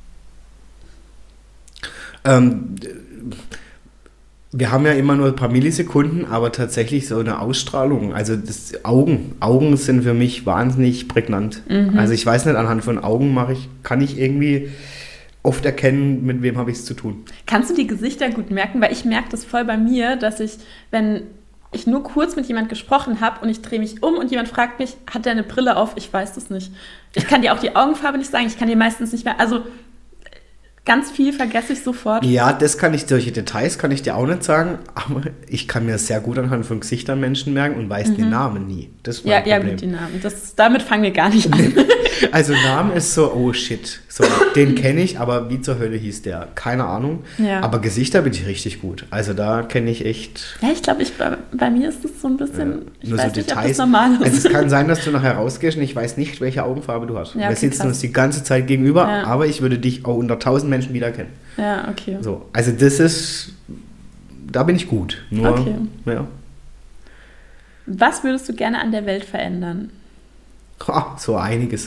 A: Ähm. Wir haben ja immer nur ein paar Millisekunden, aber tatsächlich so eine Ausstrahlung. Also das Augen. Augen sind für mich wahnsinnig prägnant. Mhm. Also ich weiß nicht, anhand von Augen mache ich, kann ich irgendwie oft erkennen, mit wem habe ich es zu tun.
B: Kannst du die Gesichter gut merken? Weil ich merke das voll bei mir, dass ich, wenn ich nur kurz mit jemand gesprochen habe und ich drehe mich um und jemand fragt mich, hat der eine Brille auf? Ich weiß das nicht. Ich kann dir auch die Augenfarbe nicht sagen. Ich kann dir meistens nicht mehr, also ganz viel vergesse ich sofort.
A: Ja, das kann ich, solche Details kann ich dir auch nicht sagen, aber ich kann mir sehr gut anhand von Gesichtern Menschen merken und weiß mhm. den Namen nie. Das war
B: ja,
A: ein Problem.
B: Ja, gut, die Namen. Das, damit fangen wir gar nicht an.
A: Also Name ist so, oh shit, so, den kenne ich, aber wie zur Hölle hieß der? Keine Ahnung. Ja. Aber Gesichter bin ich richtig gut. Also da kenne ich echt...
B: Ja, ich glaube, ich, bei, bei mir ist das so ein bisschen, ja, ich
A: nur
B: weiß
A: so
B: nicht,
A: Details.
B: ob das normal ist.
A: Also es kann sein, dass du nachher rausgehst und ich weiß nicht, welche Augenfarbe du hast. Ja, okay, wir sitzen
B: krass.
A: uns die ganze Zeit gegenüber,
B: ja.
A: aber ich würde dich auch unter tausend Menschen wiedererkennen.
B: Ja, okay.
A: So, also das ist, da bin ich gut. Nur,
B: okay.
A: Ja.
B: Was würdest du gerne an der Welt verändern?
A: Oh, so einiges.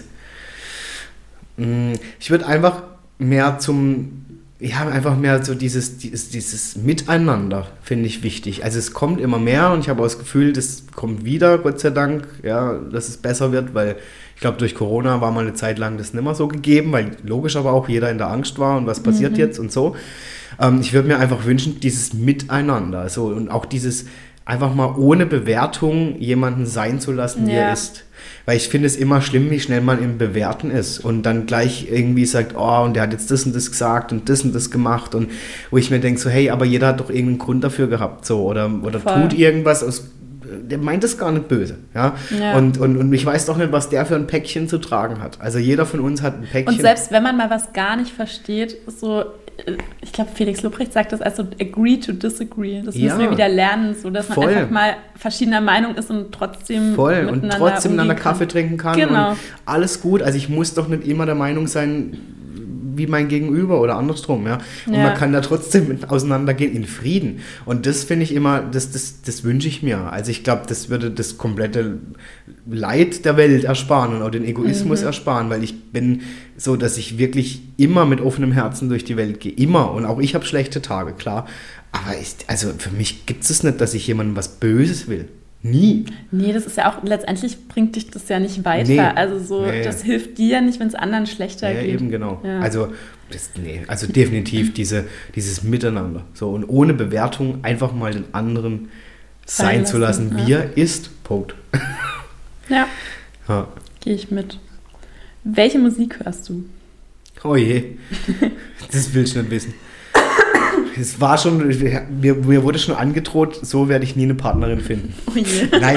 A: Ich würde einfach mehr zum, ja, einfach mehr so dieses, dieses, dieses Miteinander finde ich wichtig. Also es kommt immer mehr und ich habe auch das Gefühl, das kommt wieder, Gott sei Dank, ja, dass es besser wird, weil ich glaube, durch Corona war mal eine Zeit lang das nicht mehr so gegeben, weil logisch aber auch jeder in der Angst war und was passiert mhm. jetzt und so. Ähm, ich würde mir einfach wünschen, dieses Miteinander, so, und auch dieses einfach mal ohne Bewertung jemanden sein zu lassen, wie ja. er ist. Weil ich finde es immer schlimm, wie schnell man im Bewerten ist und dann gleich irgendwie sagt, oh, und der hat jetzt das und das gesagt und das und das gemacht und wo ich mir denke, so, hey, aber jeder hat doch irgendeinen Grund dafür gehabt, so, oder, oder tut irgendwas aus, der meint es gar nicht böse, ja, ja. Und, und, und ich weiß doch nicht, was der für ein Päckchen zu tragen hat. Also jeder von uns hat ein Päckchen.
B: Und selbst wenn man mal was gar nicht versteht, so, ich glaube, Felix Lobrecht sagt das als so agree to disagree. Das
A: Ja.
B: müssen wir wieder lernen, so dass man
A: Voll.
B: einfach mal verschiedener Meinung ist und trotzdem
A: Voll. Und
B: miteinander
A: trotzdem miteinander
B: umgehen kann.
A: Kaffee trinken kann.
B: Genau.
A: Und alles gut. Also ich muss doch nicht immer der Meinung sein, wie mein Gegenüber oder andersrum, ja. Und
B: Ja.
A: man kann da trotzdem auseinandergehen in Frieden. Und das finde ich immer, das, das, das wünsche ich mir. Also ich glaube, das würde das komplette Leid der Welt ersparen und auch den Egoismus
B: Mhm.
A: ersparen, weil ich bin so, dass ich wirklich immer mit offenem Herzen durch die Welt gehe. Immer. Und auch ich habe schlechte Tage, klar. Aber ich, also für mich gibt es nicht, dass ich jemandem was Böses will. Nie.
B: Nee, das ist ja auch, letztendlich bringt dich das ja nicht weiter.
A: Nee.
B: Also so,
A: Nee.
B: das hilft dir nicht, wenn es anderen schlechter
A: Ja,
B: geht.
A: eben genau.
B: Ja.
A: Also, das, nee, also definitiv diese, dieses Miteinander. So, und ohne Bewertung einfach mal den anderen sein,
B: Sein
A: zu lassen,
B: lassen,
A: wie
B: ja.
A: er ist. Punkt.
B: Ja,
A: Ja.
B: gehe ich mit. Welche Musik hörst du?
A: Oh je. Das will ich nicht wissen. Es war schon, mir, mir wurde schon angedroht, so werde ich nie eine Partnerin finden.
B: Oh je.
A: Nein,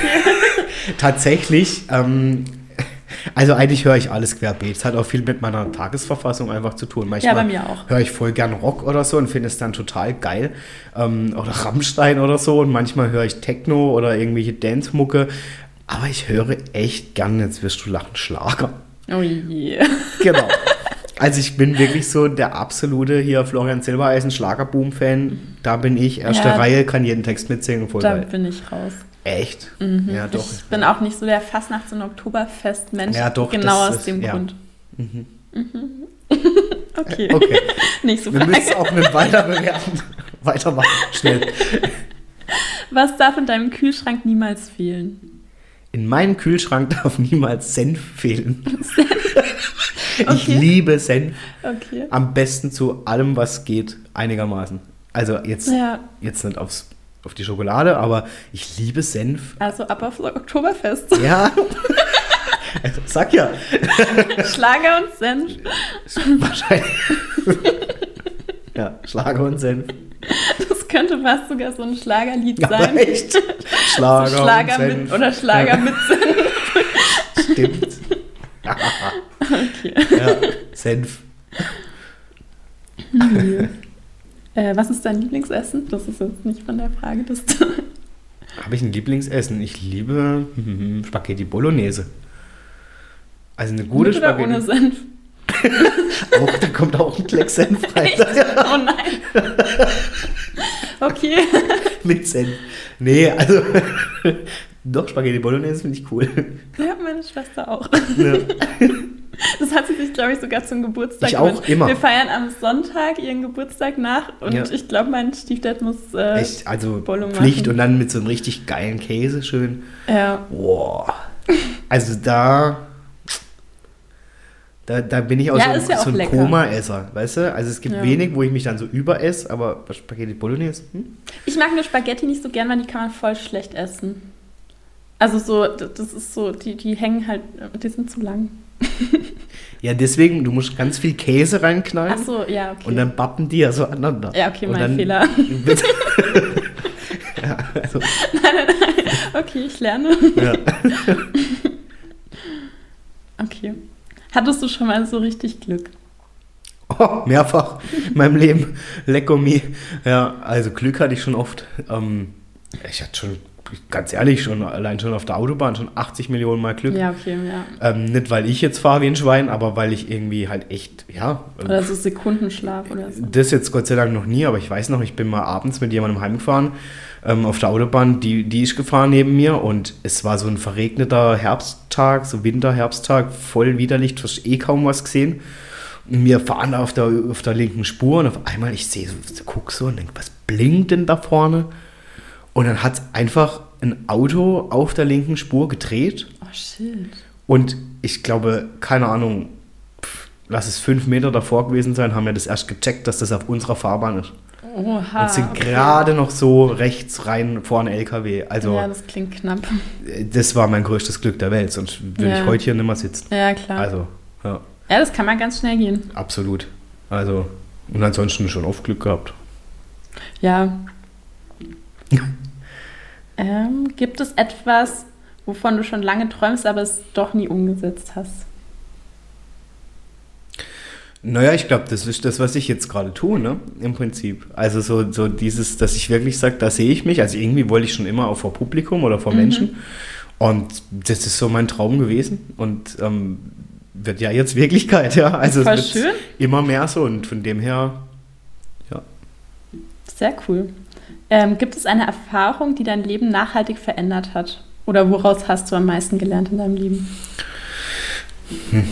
A: tatsächlich, ähm, also eigentlich höre ich alles querbeet. Es hat auch viel mit meiner Tagesverfassung einfach zu tun. Manchmal
B: Ja, bei mir auch.
A: höre ich voll gern Rock oder so und finde es dann total geil. Ähm, oder Rammstein oder so. Und manchmal höre ich Techno oder irgendwelche Dance-Mucke. Aber ich höre echt gern, jetzt wirst du lachen, Schlager.
B: Oh je.
A: Genau. Also ich bin wirklich so der absolute hier Florian Silbereisen Schlagerboom-Fan. Da bin ich, erste
B: Ja.
A: Reihe, kann jeden Text mitsingen. Voll
B: Da
A: geil.
B: bin ich raus.
A: Echt?
B: Mhm.
A: Ja, doch.
B: Ich bin auch nicht so der Fastnachts- und Oktoberfest-Mensch.
A: Ja, doch,
B: Genau
A: das
B: aus
A: ist-
B: dem
A: ja.
B: Grund. Mhm. Okay.
A: Okay.
B: Nächste
A: Wir
B: Frage.
A: müssen auch nicht weiter bewerten. Weitermachen, schnell.
B: Was darf in deinem Kühlschrank niemals fehlen?
A: In meinem Kühlschrank darf niemals Senf fehlen. Ich
B: Okay.
A: liebe Senf.
B: Okay.
A: Am besten zu allem, was geht, einigermaßen. Also jetzt,
B: Ja,
A: jetzt nicht aufs, auf die Schokolade, aber ich liebe Senf.
B: also ab aufs Oktoberfest.
A: Ja. Sag ja.
B: Schlager und Senf.
A: Wahrscheinlich. Ja, Schlager und Senf.
B: Das könnte fast sogar so ein Schlagerlied
A: Aber
B: sein.
A: echt. Schlager,
B: So Schlager
A: und
B: mit
A: Senf.
B: oder Schlager mit Senf.
A: Stimmt.
B: Okay.
A: Ja, Senf.
B: Äh, was ist dein Lieblingsessen? Das ist jetzt nicht von der Frageliste.
A: Habe ich ein Lieblingsessen? Ich liebe mhm, Spaghetti Bolognese. Also eine gute
B: Mit oder
A: Spaghetti.
B: ohne Senf?
A: Auch, da kommt auch ein Kleck Senf rein.
B: Oh nein. Okay.
A: Mit Senf. Nee, also doch, Spaghetti Bolognese finde ich cool.
B: Ja, meine Schwester auch.
A: Ja.
B: Das hat sie sich, glaube ich, sogar zum Geburtstag
A: Ich auch,
B: gewünscht.
A: immer.
B: Wir feiern am Sonntag ihren Geburtstag nach und
A: Ja.
B: ich glaube, mein Stiefdad muss äh,
A: Echt, also
B: Bolo machen.
A: Pflicht und dann mit so einem richtig geilen Käse schön.
B: Ja.
A: Boah. Also da, da, da bin ich auch
B: Ja,
A: so,
B: ist ja
A: so
B: auch
A: ein
B: lecker.
A: Koma-Esser, weißt du? Also es gibt
B: Ja.
A: wenig, wo ich mich dann so überesse, aber bei Spaghetti Bolognese, hm?
B: Ich mag nur Spaghetti nicht so gern, weil die kann man voll schlecht essen. Also so, das ist so, die, die hängen halt, die sind zu lang.
A: Ja, deswegen, du musst ganz viel Käse reinknallen.
B: Ach so, ja, okay.
A: Und dann bappen die ja so aneinander.
B: Ja, okay,
A: Und
B: mein
A: dann-
B: Fehler.
A: ja, also,
B: Okay, ich lerne.
A: ja.
B: Okay. Hattest du schon mal so richtig Glück?
A: Oh, mehrfach in meinem Leben. Lecco mi. Ja, also Glück hatte ich schon oft. Ähm, ich hatte schon, ganz ehrlich, schon allein schon auf der Autobahn schon achtzig Millionen Mal Glück.
B: Ja, okay, ja.
A: Ähm, nicht, weil ich jetzt fahre wie ein Schwein, aber weil ich irgendwie halt echt, ja. äh,
B: Oder so Sekundenschlaf oder so.
A: Das jetzt Gott sei Dank noch nie, aber ich weiß noch, ich bin mal abends mit jemandem heimgefahren ähm, auf der Autobahn, die, die ist gefahren neben mir und es war so ein verregneter Herbsttag, so Winter-Herbsttag, voll widerlich, du hast eh kaum was gesehen. Und wir fahren da auf der, auf der linken Spur und auf einmal, ich sehe so, guck so und denke, was blinkt denn da vorne? Und dann hat einfach ein Auto auf der linken Spur gedreht
B: Oh, shit.
A: und ich glaube, keine Ahnung, pff, lass es fünf Meter davor gewesen sein, haben wir das erst gecheckt, dass das auf unserer Fahrbahn ist.
B: Oha.
A: Und sind
B: okay.
A: gerade noch so rechts rein vor einen L K W. Also
B: Ja, das klingt knapp.
A: äh, das war mein größtes Glück der Welt, sonst würde
B: Ja.
A: ich heute hier nicht mehr sitzen.
B: Ja, klar.
A: Also, ja,
B: Ja, das kann mal ganz schnell gehen.
A: absolut. Also, und ansonsten schon oft Glück gehabt.
B: Ja. ähm, gibt es etwas, wovon du schon lange träumst, aber es doch nie umgesetzt hast?
A: Naja, ich glaube, das ist das, was ich jetzt gerade tue, ne? Im Prinzip. Also so, so dieses, dass ich wirklich sage, da sehe ich mich. Also irgendwie wollte ich schon immer auch vor Publikum oder vor mhm. Menschen. Und das ist so mein Traum gewesen. Und ähm, wird ja jetzt Wirklichkeit, ja. Also
B: Voll
A: es wird
B: schön.
A: Immer mehr so. Und von dem her, ja.
B: Sehr cool. Ähm, gibt es eine Erfahrung, die dein Leben nachhaltig verändert hat? Oder woraus hast du am meisten gelernt in deinem Leben?
A: Hm.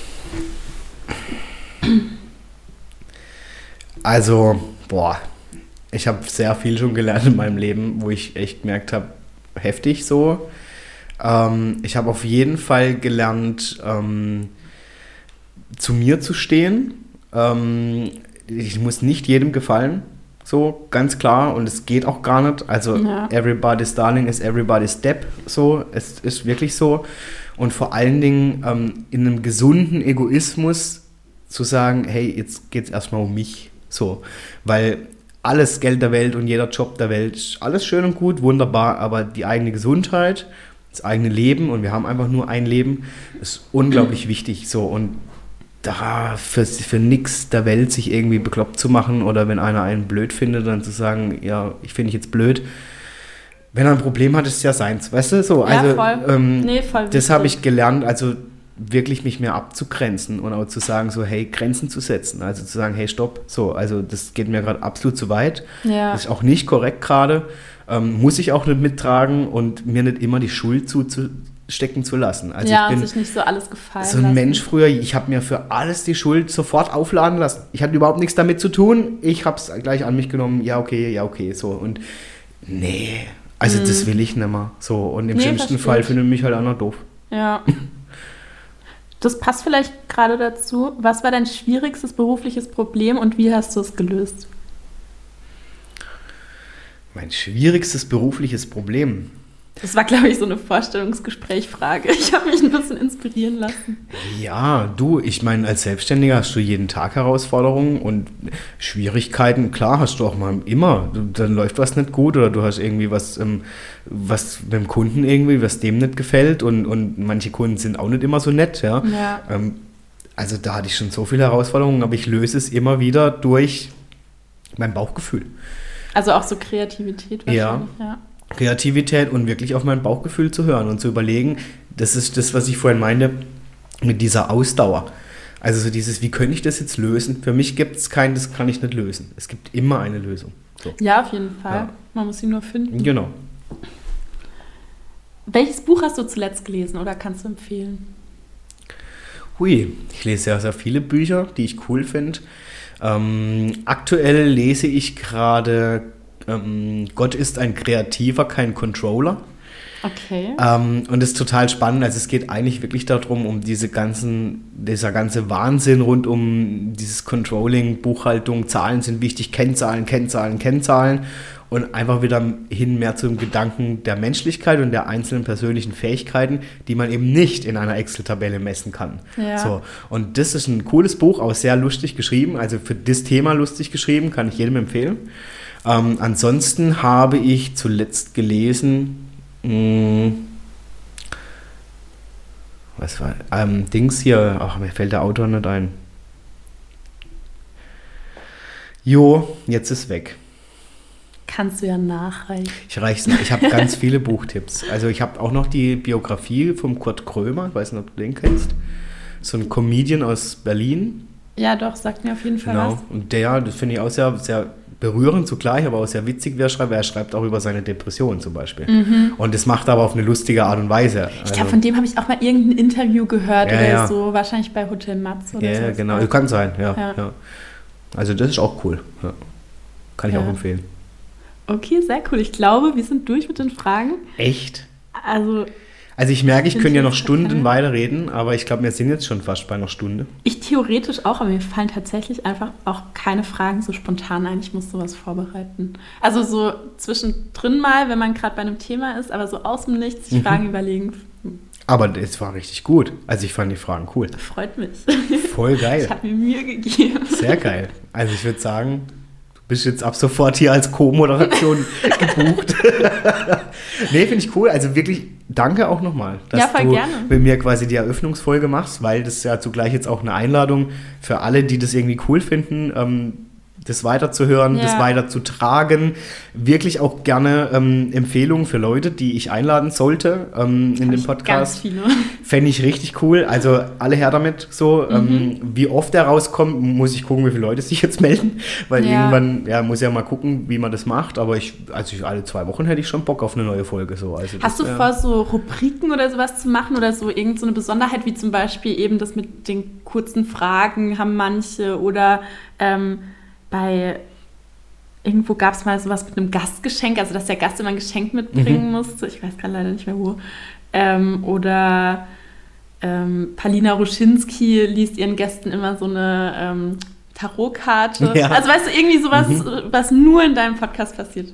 A: Also, boah, ich habe sehr viel schon gelernt in meinem Leben, wo ich echt gemerkt habe, heftig so. Ähm, ich habe auf jeden Fall gelernt, ähm, zu mir zu stehen. Ähm, ich muss nicht jedem gefallen, so ganz klar, und es geht auch gar nicht. Also ja. Everybody's Darling is everybody's Depp, so, es ist wirklich so. Und vor allen Dingen ähm, in einem gesunden Egoismus zu sagen, hey, jetzt geht es erstmal um mich, so, weil alles Geld der Welt und jeder Job der Welt ist alles schön und gut, wunderbar, aber die eigene Gesundheit, das eigene Leben, und wir haben einfach nur ein Leben, ist unglaublich wichtig, so, und da für, für nichts der Welt sich irgendwie bekloppt zu machen oder wenn einer einen blöd findet, dann zu sagen, ja, ich finde dich jetzt blöd. Wenn er ein Problem hat, ist es ja seins, weißt du, so,
B: ja,
A: also
B: voll.
A: Ähm,
B: nee, voll
A: das habe ich gelernt, also wirklich mich mehr abzugrenzen und auch zu sagen, so, hey, Grenzen zu setzen, also zu sagen, hey, stopp, so, also das geht mir gerade absolut zu weit,
B: ja.
A: Das ist auch nicht korrekt gerade, ähm, muss ich auch nicht mittragen und mir nicht immer die Schuld zustecken zu lassen. Also
B: ja,
A: ich bin
B: und sich nicht so alles gefallen
A: so ein
B: lassen.
A: Mensch früher, ich habe mir für alles die Schuld sofort aufladen lassen. Ich hatte überhaupt nichts damit zu tun, ich habe es gleich an mich genommen, ja, okay, ja, okay, so, und nee, also mhm. das will ich nicht mehr, so, und im
B: nee,
A: schlimmsten Fall findet mich halt einer doof.
B: Ja. Das passt vielleicht gerade dazu. Was war dein schwierigstes berufliches Problem und wie hast du es gelöst?
A: Mein schwierigstes berufliches Problem?
B: Das war, glaube ich, so eine Vorstellungsgesprächfrage. Ich habe mich ein bisschen inspirieren lassen.
A: Ja, du, ich meine, als Selbstständiger hast du jeden Tag Herausforderungen und Schwierigkeiten. Klar hast du auch mal immer. Dann läuft was nicht gut oder du hast irgendwie was, ähm, was mit dem Kunden irgendwie, was dem nicht gefällt. Und, und manche Kunden sind auch nicht immer so nett. Ja.
B: Ja.
A: Ähm, also da hatte ich schon so viele Herausforderungen, aber ich löse es immer wieder durch mein Bauchgefühl.
B: Also auch so Kreativität wahrscheinlich, ja. ja.
A: Kreativität und wirklich auf mein Bauchgefühl zu hören und zu überlegen, das ist das, was ich vorhin meinte, mit dieser Ausdauer. Also so dieses, wie könnte ich das jetzt lösen? Für mich gibt es kein, das kann ich nicht lösen. Es gibt immer eine Lösung. So.
B: Ja, auf jeden Fall.
A: Ja.
B: Man muss sie nur finden.
A: Genau.
B: Welches Buch hast du zuletzt gelesen oder kannst du empfehlen?
A: Hui, ich lese sehr, sehr viele Bücher, die ich cool finde. Ähm, aktuell lese ich gerade ähm, Gott ist ein Kreativer, kein Controller.
B: Okay.
A: Ähm, und das ist total spannend. Also es geht eigentlich wirklich darum, um diese ganzen, dieser ganze Wahnsinn rund um dieses Controlling, Buchhaltung, Zahlen sind wichtig, Kennzahlen, Kennzahlen, Kennzahlen. Und einfach wieder hin mehr zum Gedanken der Menschlichkeit und der einzelnen persönlichen Fähigkeiten, die man eben nicht in einer Excel-Tabelle messen kann.
B: Ja.
A: So. Und das ist ein cooles Buch, auch sehr lustig geschrieben. Also für das Thema lustig geschrieben, kann ich jedem empfehlen. Ähm, ansonsten habe ich zuletzt gelesen, mh, was war, ähm, Dings hier, ach, mir fällt der Autor nicht ein. Jo, jetzt ist weg.
B: Kannst du ja nachreichen.
A: Ich reich's nach. Ich habe ganz viele Buchtipps. Also ich habe auch noch die Biografie vom Kurt Krömer, ich weiß nicht, ob du den kennst. So ein Comedian aus Berlin.
B: Ja, doch, sagt mir auf jeden Fall
A: genau.
B: was.
A: Und der, das finde ich auch sehr, sehr berührend zugleich, aber auch sehr witzig, wie er schreibt. Er schreibt auch über seine Depression zum Beispiel. Mhm. Und das macht er aber auf eine lustige Art und Weise.
B: Ich
A: also,
B: glaube, von dem habe ich auch mal irgendein Interview gehört
A: ja,
B: oder
A: ja.
B: so. Wahrscheinlich bei Hotel Matz oder so.
A: Ja, genau. Kann sein, ja,
B: ja.
A: ja. Also das ist auch cool. Ja. Kann ich
B: ja.
A: auch empfehlen.
B: Okay, sehr cool. Ich glaube, wir sind durch mit den Fragen.
A: Echt?
B: Also,
A: also ich merke, ich könnte ja noch Stunden
B: keine.
A: weiterreden, aber ich glaube, wir sind jetzt schon fast bei einer Stunde.
B: Ich theoretisch auch, aber mir fallen tatsächlich einfach auch keine Fragen so spontan ein. Ich muss sowas vorbereiten. Also so zwischendrin mal, wenn man gerade bei einem Thema ist, aber so aus dem Nichts sich mhm. Fragen überlegen.
A: Aber das war richtig gut. Also ich fand die Fragen cool.
B: Freut mich.
A: Voll geil.
B: Ich habe mir Mühe gegeben.
A: Sehr geil. Also ich würde sagen, du bist jetzt ab sofort hier als Co-Moderation gebucht. Nee, finde ich cool. Also wirklich danke auch nochmal, dass
B: ja, voll
A: du
B: gerne.
A: mit mir quasi die Eröffnungsfolge machst, weil das ist ja zugleich jetzt auch eine Einladung für alle, die das irgendwie cool finden, ähm, das weiterzuhören,
B: Ja.
A: das weiterzutragen. Wirklich auch gerne ähm, Empfehlungen für Leute, die ich einladen sollte ähm, in
B: Hab
A: dem
B: ich
A: Podcast.
B: Ganz viele.
A: Fände ich richtig cool. Also alle her damit. So,
B: Mhm.
A: ähm, wie oft der rauskommt, muss ich gucken, wie viele Leute sich jetzt melden. Weil
B: Ja.
A: irgendwann, ja, muss ja mal gucken, wie man das macht. Aber ich, also ich, alle zwei Wochen hätte ich schon Bock auf eine neue Folge. So. Also
B: Hast du
A: das,
B: vor, so Rubriken oder sowas zu machen oder so irgend so eine Besonderheit, wie zum Beispiel eben das mit den kurzen Fragen haben manche oder ähm, bei irgendwo gab es mal sowas mit einem Gastgeschenk, also dass der Gast immer ein Geschenk mitbringen
A: Mhm.
B: musste. Ich weiß gerade leider nicht mehr wo. Ähm, oder ähm, Palina Ruschinski liest ihren Gästen immer so eine ähm, Tarotkarte.
A: Ja.
B: Also weißt du, irgendwie sowas,
A: Mhm.
B: was nur in deinem Podcast passiert.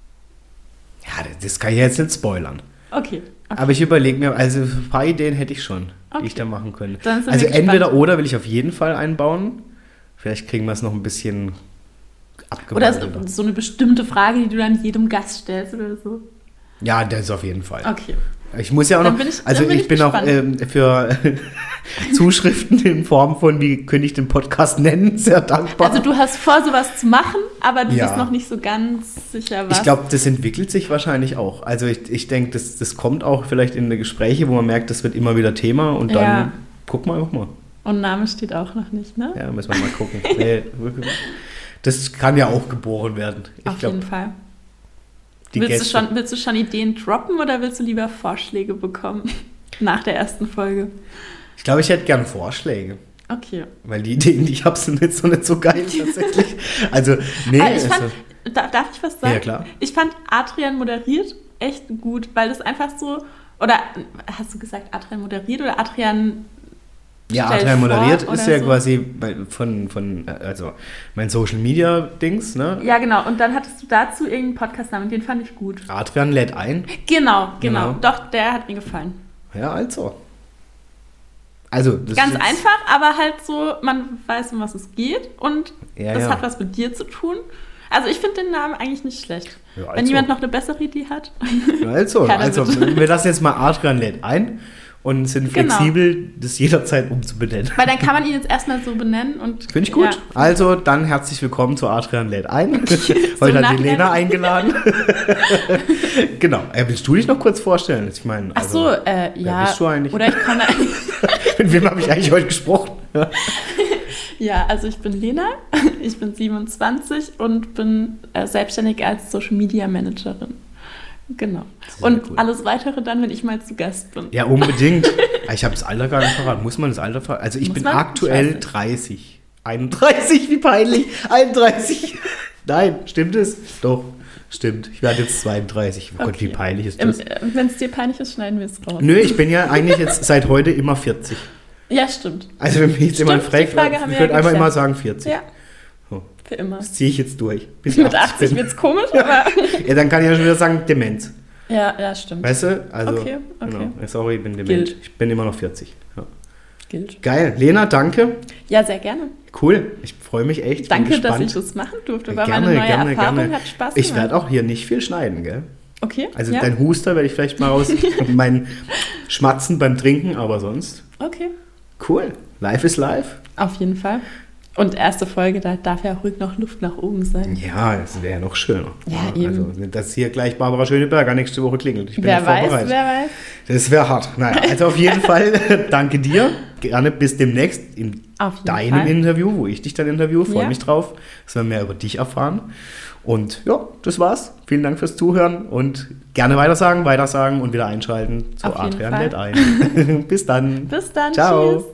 A: Ja, das kann ich jetzt nicht spoilern.
B: Okay. okay.
A: Aber ich überlege mir, also ein paar Ideen hätte ich schon,
B: Okay.
A: die ich da machen könnte.
B: Dann sind wir
A: Also
B: gespannt.
A: entweder oder will ich auf jeden Fall einbauen. Vielleicht kriegen wir es noch ein bisschen
B: Oder
A: abgewandelt.
B: so, so eine bestimmte Frage, die du dann jedem Gast stellst oder so.
A: Ja, das auf jeden Fall.
B: Okay.
A: Ich muss ja auch
B: Dann
A: noch,
B: bin ich-
A: also
B: dann bin
A: ich
B: ich
A: bin auch
B: gespannt.
A: ähm, für Zuschriften in Form von, wie könnte ich den Podcast nennen, sehr dankbar.
B: Also du hast vor, sowas zu machen, aber du
A: Ja.
B: bist noch nicht so ganz sicher, was.
A: Ich glaube, das entwickelt sich wahrscheinlich auch. Also ich, ich denke, das, das kommt auch vielleicht in die Gespräche, wo man merkt, das wird immer wieder Thema und dann
B: Ja.
A: guck mal, guck mal.
B: Und Name steht auch noch nicht, ne?
A: Ja, müssen wir mal gucken. Nee, das kann ja auch geboren werden. Ich
B: Auf
A: glaub,
B: jeden Fall.
A: die
B: Willst du,
A: Gäste-
B: schon, willst du schon Ideen droppen oder willst du lieber Vorschläge bekommen nach der ersten Folge?
A: Ich glaube, ich hätte gerne Vorschläge.
B: Okay.
A: Weil die Ideen, die ich habe, sind jetzt noch nicht so geil tatsächlich. Also, nee.
B: Aber ich fand,
A: also,
B: da, darf ich was sagen?
A: Ja, klar.
B: Ich fand Adrian moderiert echt gut, weil das einfach so, oder hast du gesagt Adrian moderiert oder Adrian
A: ja,
B: stellt
A: Adrian
B: vor
A: moderiert ist
B: oder
A: ja
B: so?
A: quasi bei, von, von, also mein Social Media Dings, ne?
B: Ja, genau. Und dann hattest du dazu irgendeinen Podcastnamen, den fand ich gut.
A: Adrian lädt ein.
B: Genau, genau.
A: Genau.
B: Doch, der hat mir gefallen.
A: Ja, also. Also, das
B: Ganz
A: ist jetzt-
B: einfach, aber halt so, man weiß, um was es geht und
A: Ja,
B: das
A: ja.
B: hat was mit dir zu tun. Also ich finde den Namen eigentlich nicht schlecht.
A: Ja,
B: Wenn
A: also.
B: jemand noch eine bessere Idee hat.
A: Ja, also,
B: Ja,
A: also
B: damit.
A: wir lassen jetzt mal Adrian lädt ein und sind
B: Genau.
A: flexibel, das jederzeit umzubenennen.
B: Weil dann kann man ihn jetzt erstmal so benennen und.
A: Finde ich gut.
B: Ja.
A: Also, dann herzlich willkommen zu Adrian lädt ein. Heute hat die
B: nachher-
A: Lena eingeladen. Genau. Äh, willst du dich noch kurz vorstellen? Ich meine,
B: Ach so,
A: also,
B: äh, ja.
A: bist du eigentlich?
B: Oder ich kann.
A: mit wem habe ich eigentlich heute gesprochen?
B: Ja, also ich bin Lena, ich bin siebenundzwanzig und bin äh, selbstständig als Social Media Managerin. Genau.
A: Sehr
B: Und
A: cool.
B: alles weitere dann, wenn ich mal zu Gast bin.
A: Ja, unbedingt. Ich habe das Alter gar nicht verraten. Muss man das Alter verraten? Also ich
B: Muss
A: bin
B: man? Ich
A: aktuell
B: weiß nicht.
A: dreißig. einunddreißig, wie peinlich. einunddreißig. Nein, stimmt es? Doch, stimmt. Ich werde jetzt zweiunddreißig. Oh Gott, wie
B: Okay.
A: peinlich ist
B: Ähm,
A: das?
B: äh, wenn es dir peinlich ist, schneiden wir es raus.
A: Nö, ich bin ja eigentlich jetzt seit heute immer vierzig.
B: Ja, stimmt.
A: Also wenn mich jetzt
B: Stimmt,
A: jemand
B: die
A: fragt,
B: Frage haben
A: ich
B: wir
A: würde
B: ja
A: einmal
B: geklärt.
A: immer sagen vierzig.
B: Ja,
A: So,
B: für immer.
A: das ziehe ich jetzt durch. Bis ich
B: Mit achtzig
A: bin.
B: wird es komisch, aber.
A: Ja, dann kann ich ja schon wieder sagen Demenz.
B: ja, ja, stimmt.
A: Weißt du? Also,
B: Okay, okay.
A: Genau. Sorry, ich bin dement.
B: Gilt.
A: Ich bin immer noch vierzig. Ja.
B: Gilt.
A: Geil. Lena, danke.
B: Ja, sehr gerne.
A: Cool. Ich freue mich echt.
B: Danke,
A: bin
B: dass
A: gespannt.
B: ich das machen durfte. War
A: Gerne,
B: meine neue
A: gerne,
B: Erfahrung,
A: gerne.
B: hat Spaß gemacht.
A: Ich werde auch hier nicht viel schneiden, gell?
B: Okay.
A: Also
B: ja?
A: dein Huster werde ich vielleicht mal raus, mein Schmatzen beim Trinken, aber sonst
B: Okay.
A: cool. Life is life.
B: Auf jeden Fall. Und erste Folge, da darf ja ruhig noch Luft nach oben sein.
A: Ja, das wäre ja noch schöner.
B: Ja, eben.
A: Also, dass hier gleich Barbara Schöneberger nächste Woche klingelt. Ich bin
B: Wer
A: ja
B: weiß,
A: vorbereitet.
B: wer weiß.
A: Das wäre hart. Naja, also auf jeden Fall danke dir. Gerne bis demnächst in
B: Auf jeden
A: deinem
B: Fall.
A: Interview, wo ich dich dann interviewe. Freue
B: Ja.
A: mich drauf, dass wir mehr über dich erfahren. Und ja, das war's. Vielen Dank fürs Zuhören und gerne weitersagen, weitersagen und wieder einschalten zu
B: Auf jeden
A: Adrian
B: Fall.
A: lädt ein. Bis dann.
B: Bis dann.
A: Ciao.
B: Tschüss.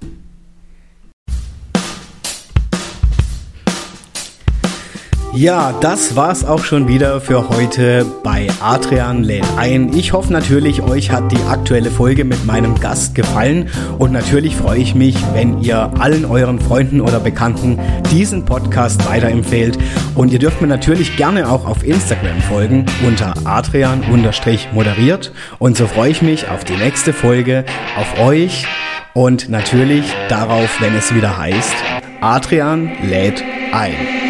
A: Ja, das war's auch schon wieder für heute bei Adrian lädt ein. Ich hoffe natürlich, euch hat die aktuelle Folge mit meinem Gast gefallen und natürlich freue ich mich, wenn ihr allen euren Freunden oder Bekannten diesen Podcast weiterempfehlt und ihr dürft mir natürlich gerne auch auf Instagram folgen unter Adrian-moderiert und so freue ich mich auf die nächste Folge, auf euch und natürlich darauf, wenn es wieder heißt, Adrian lädt ein.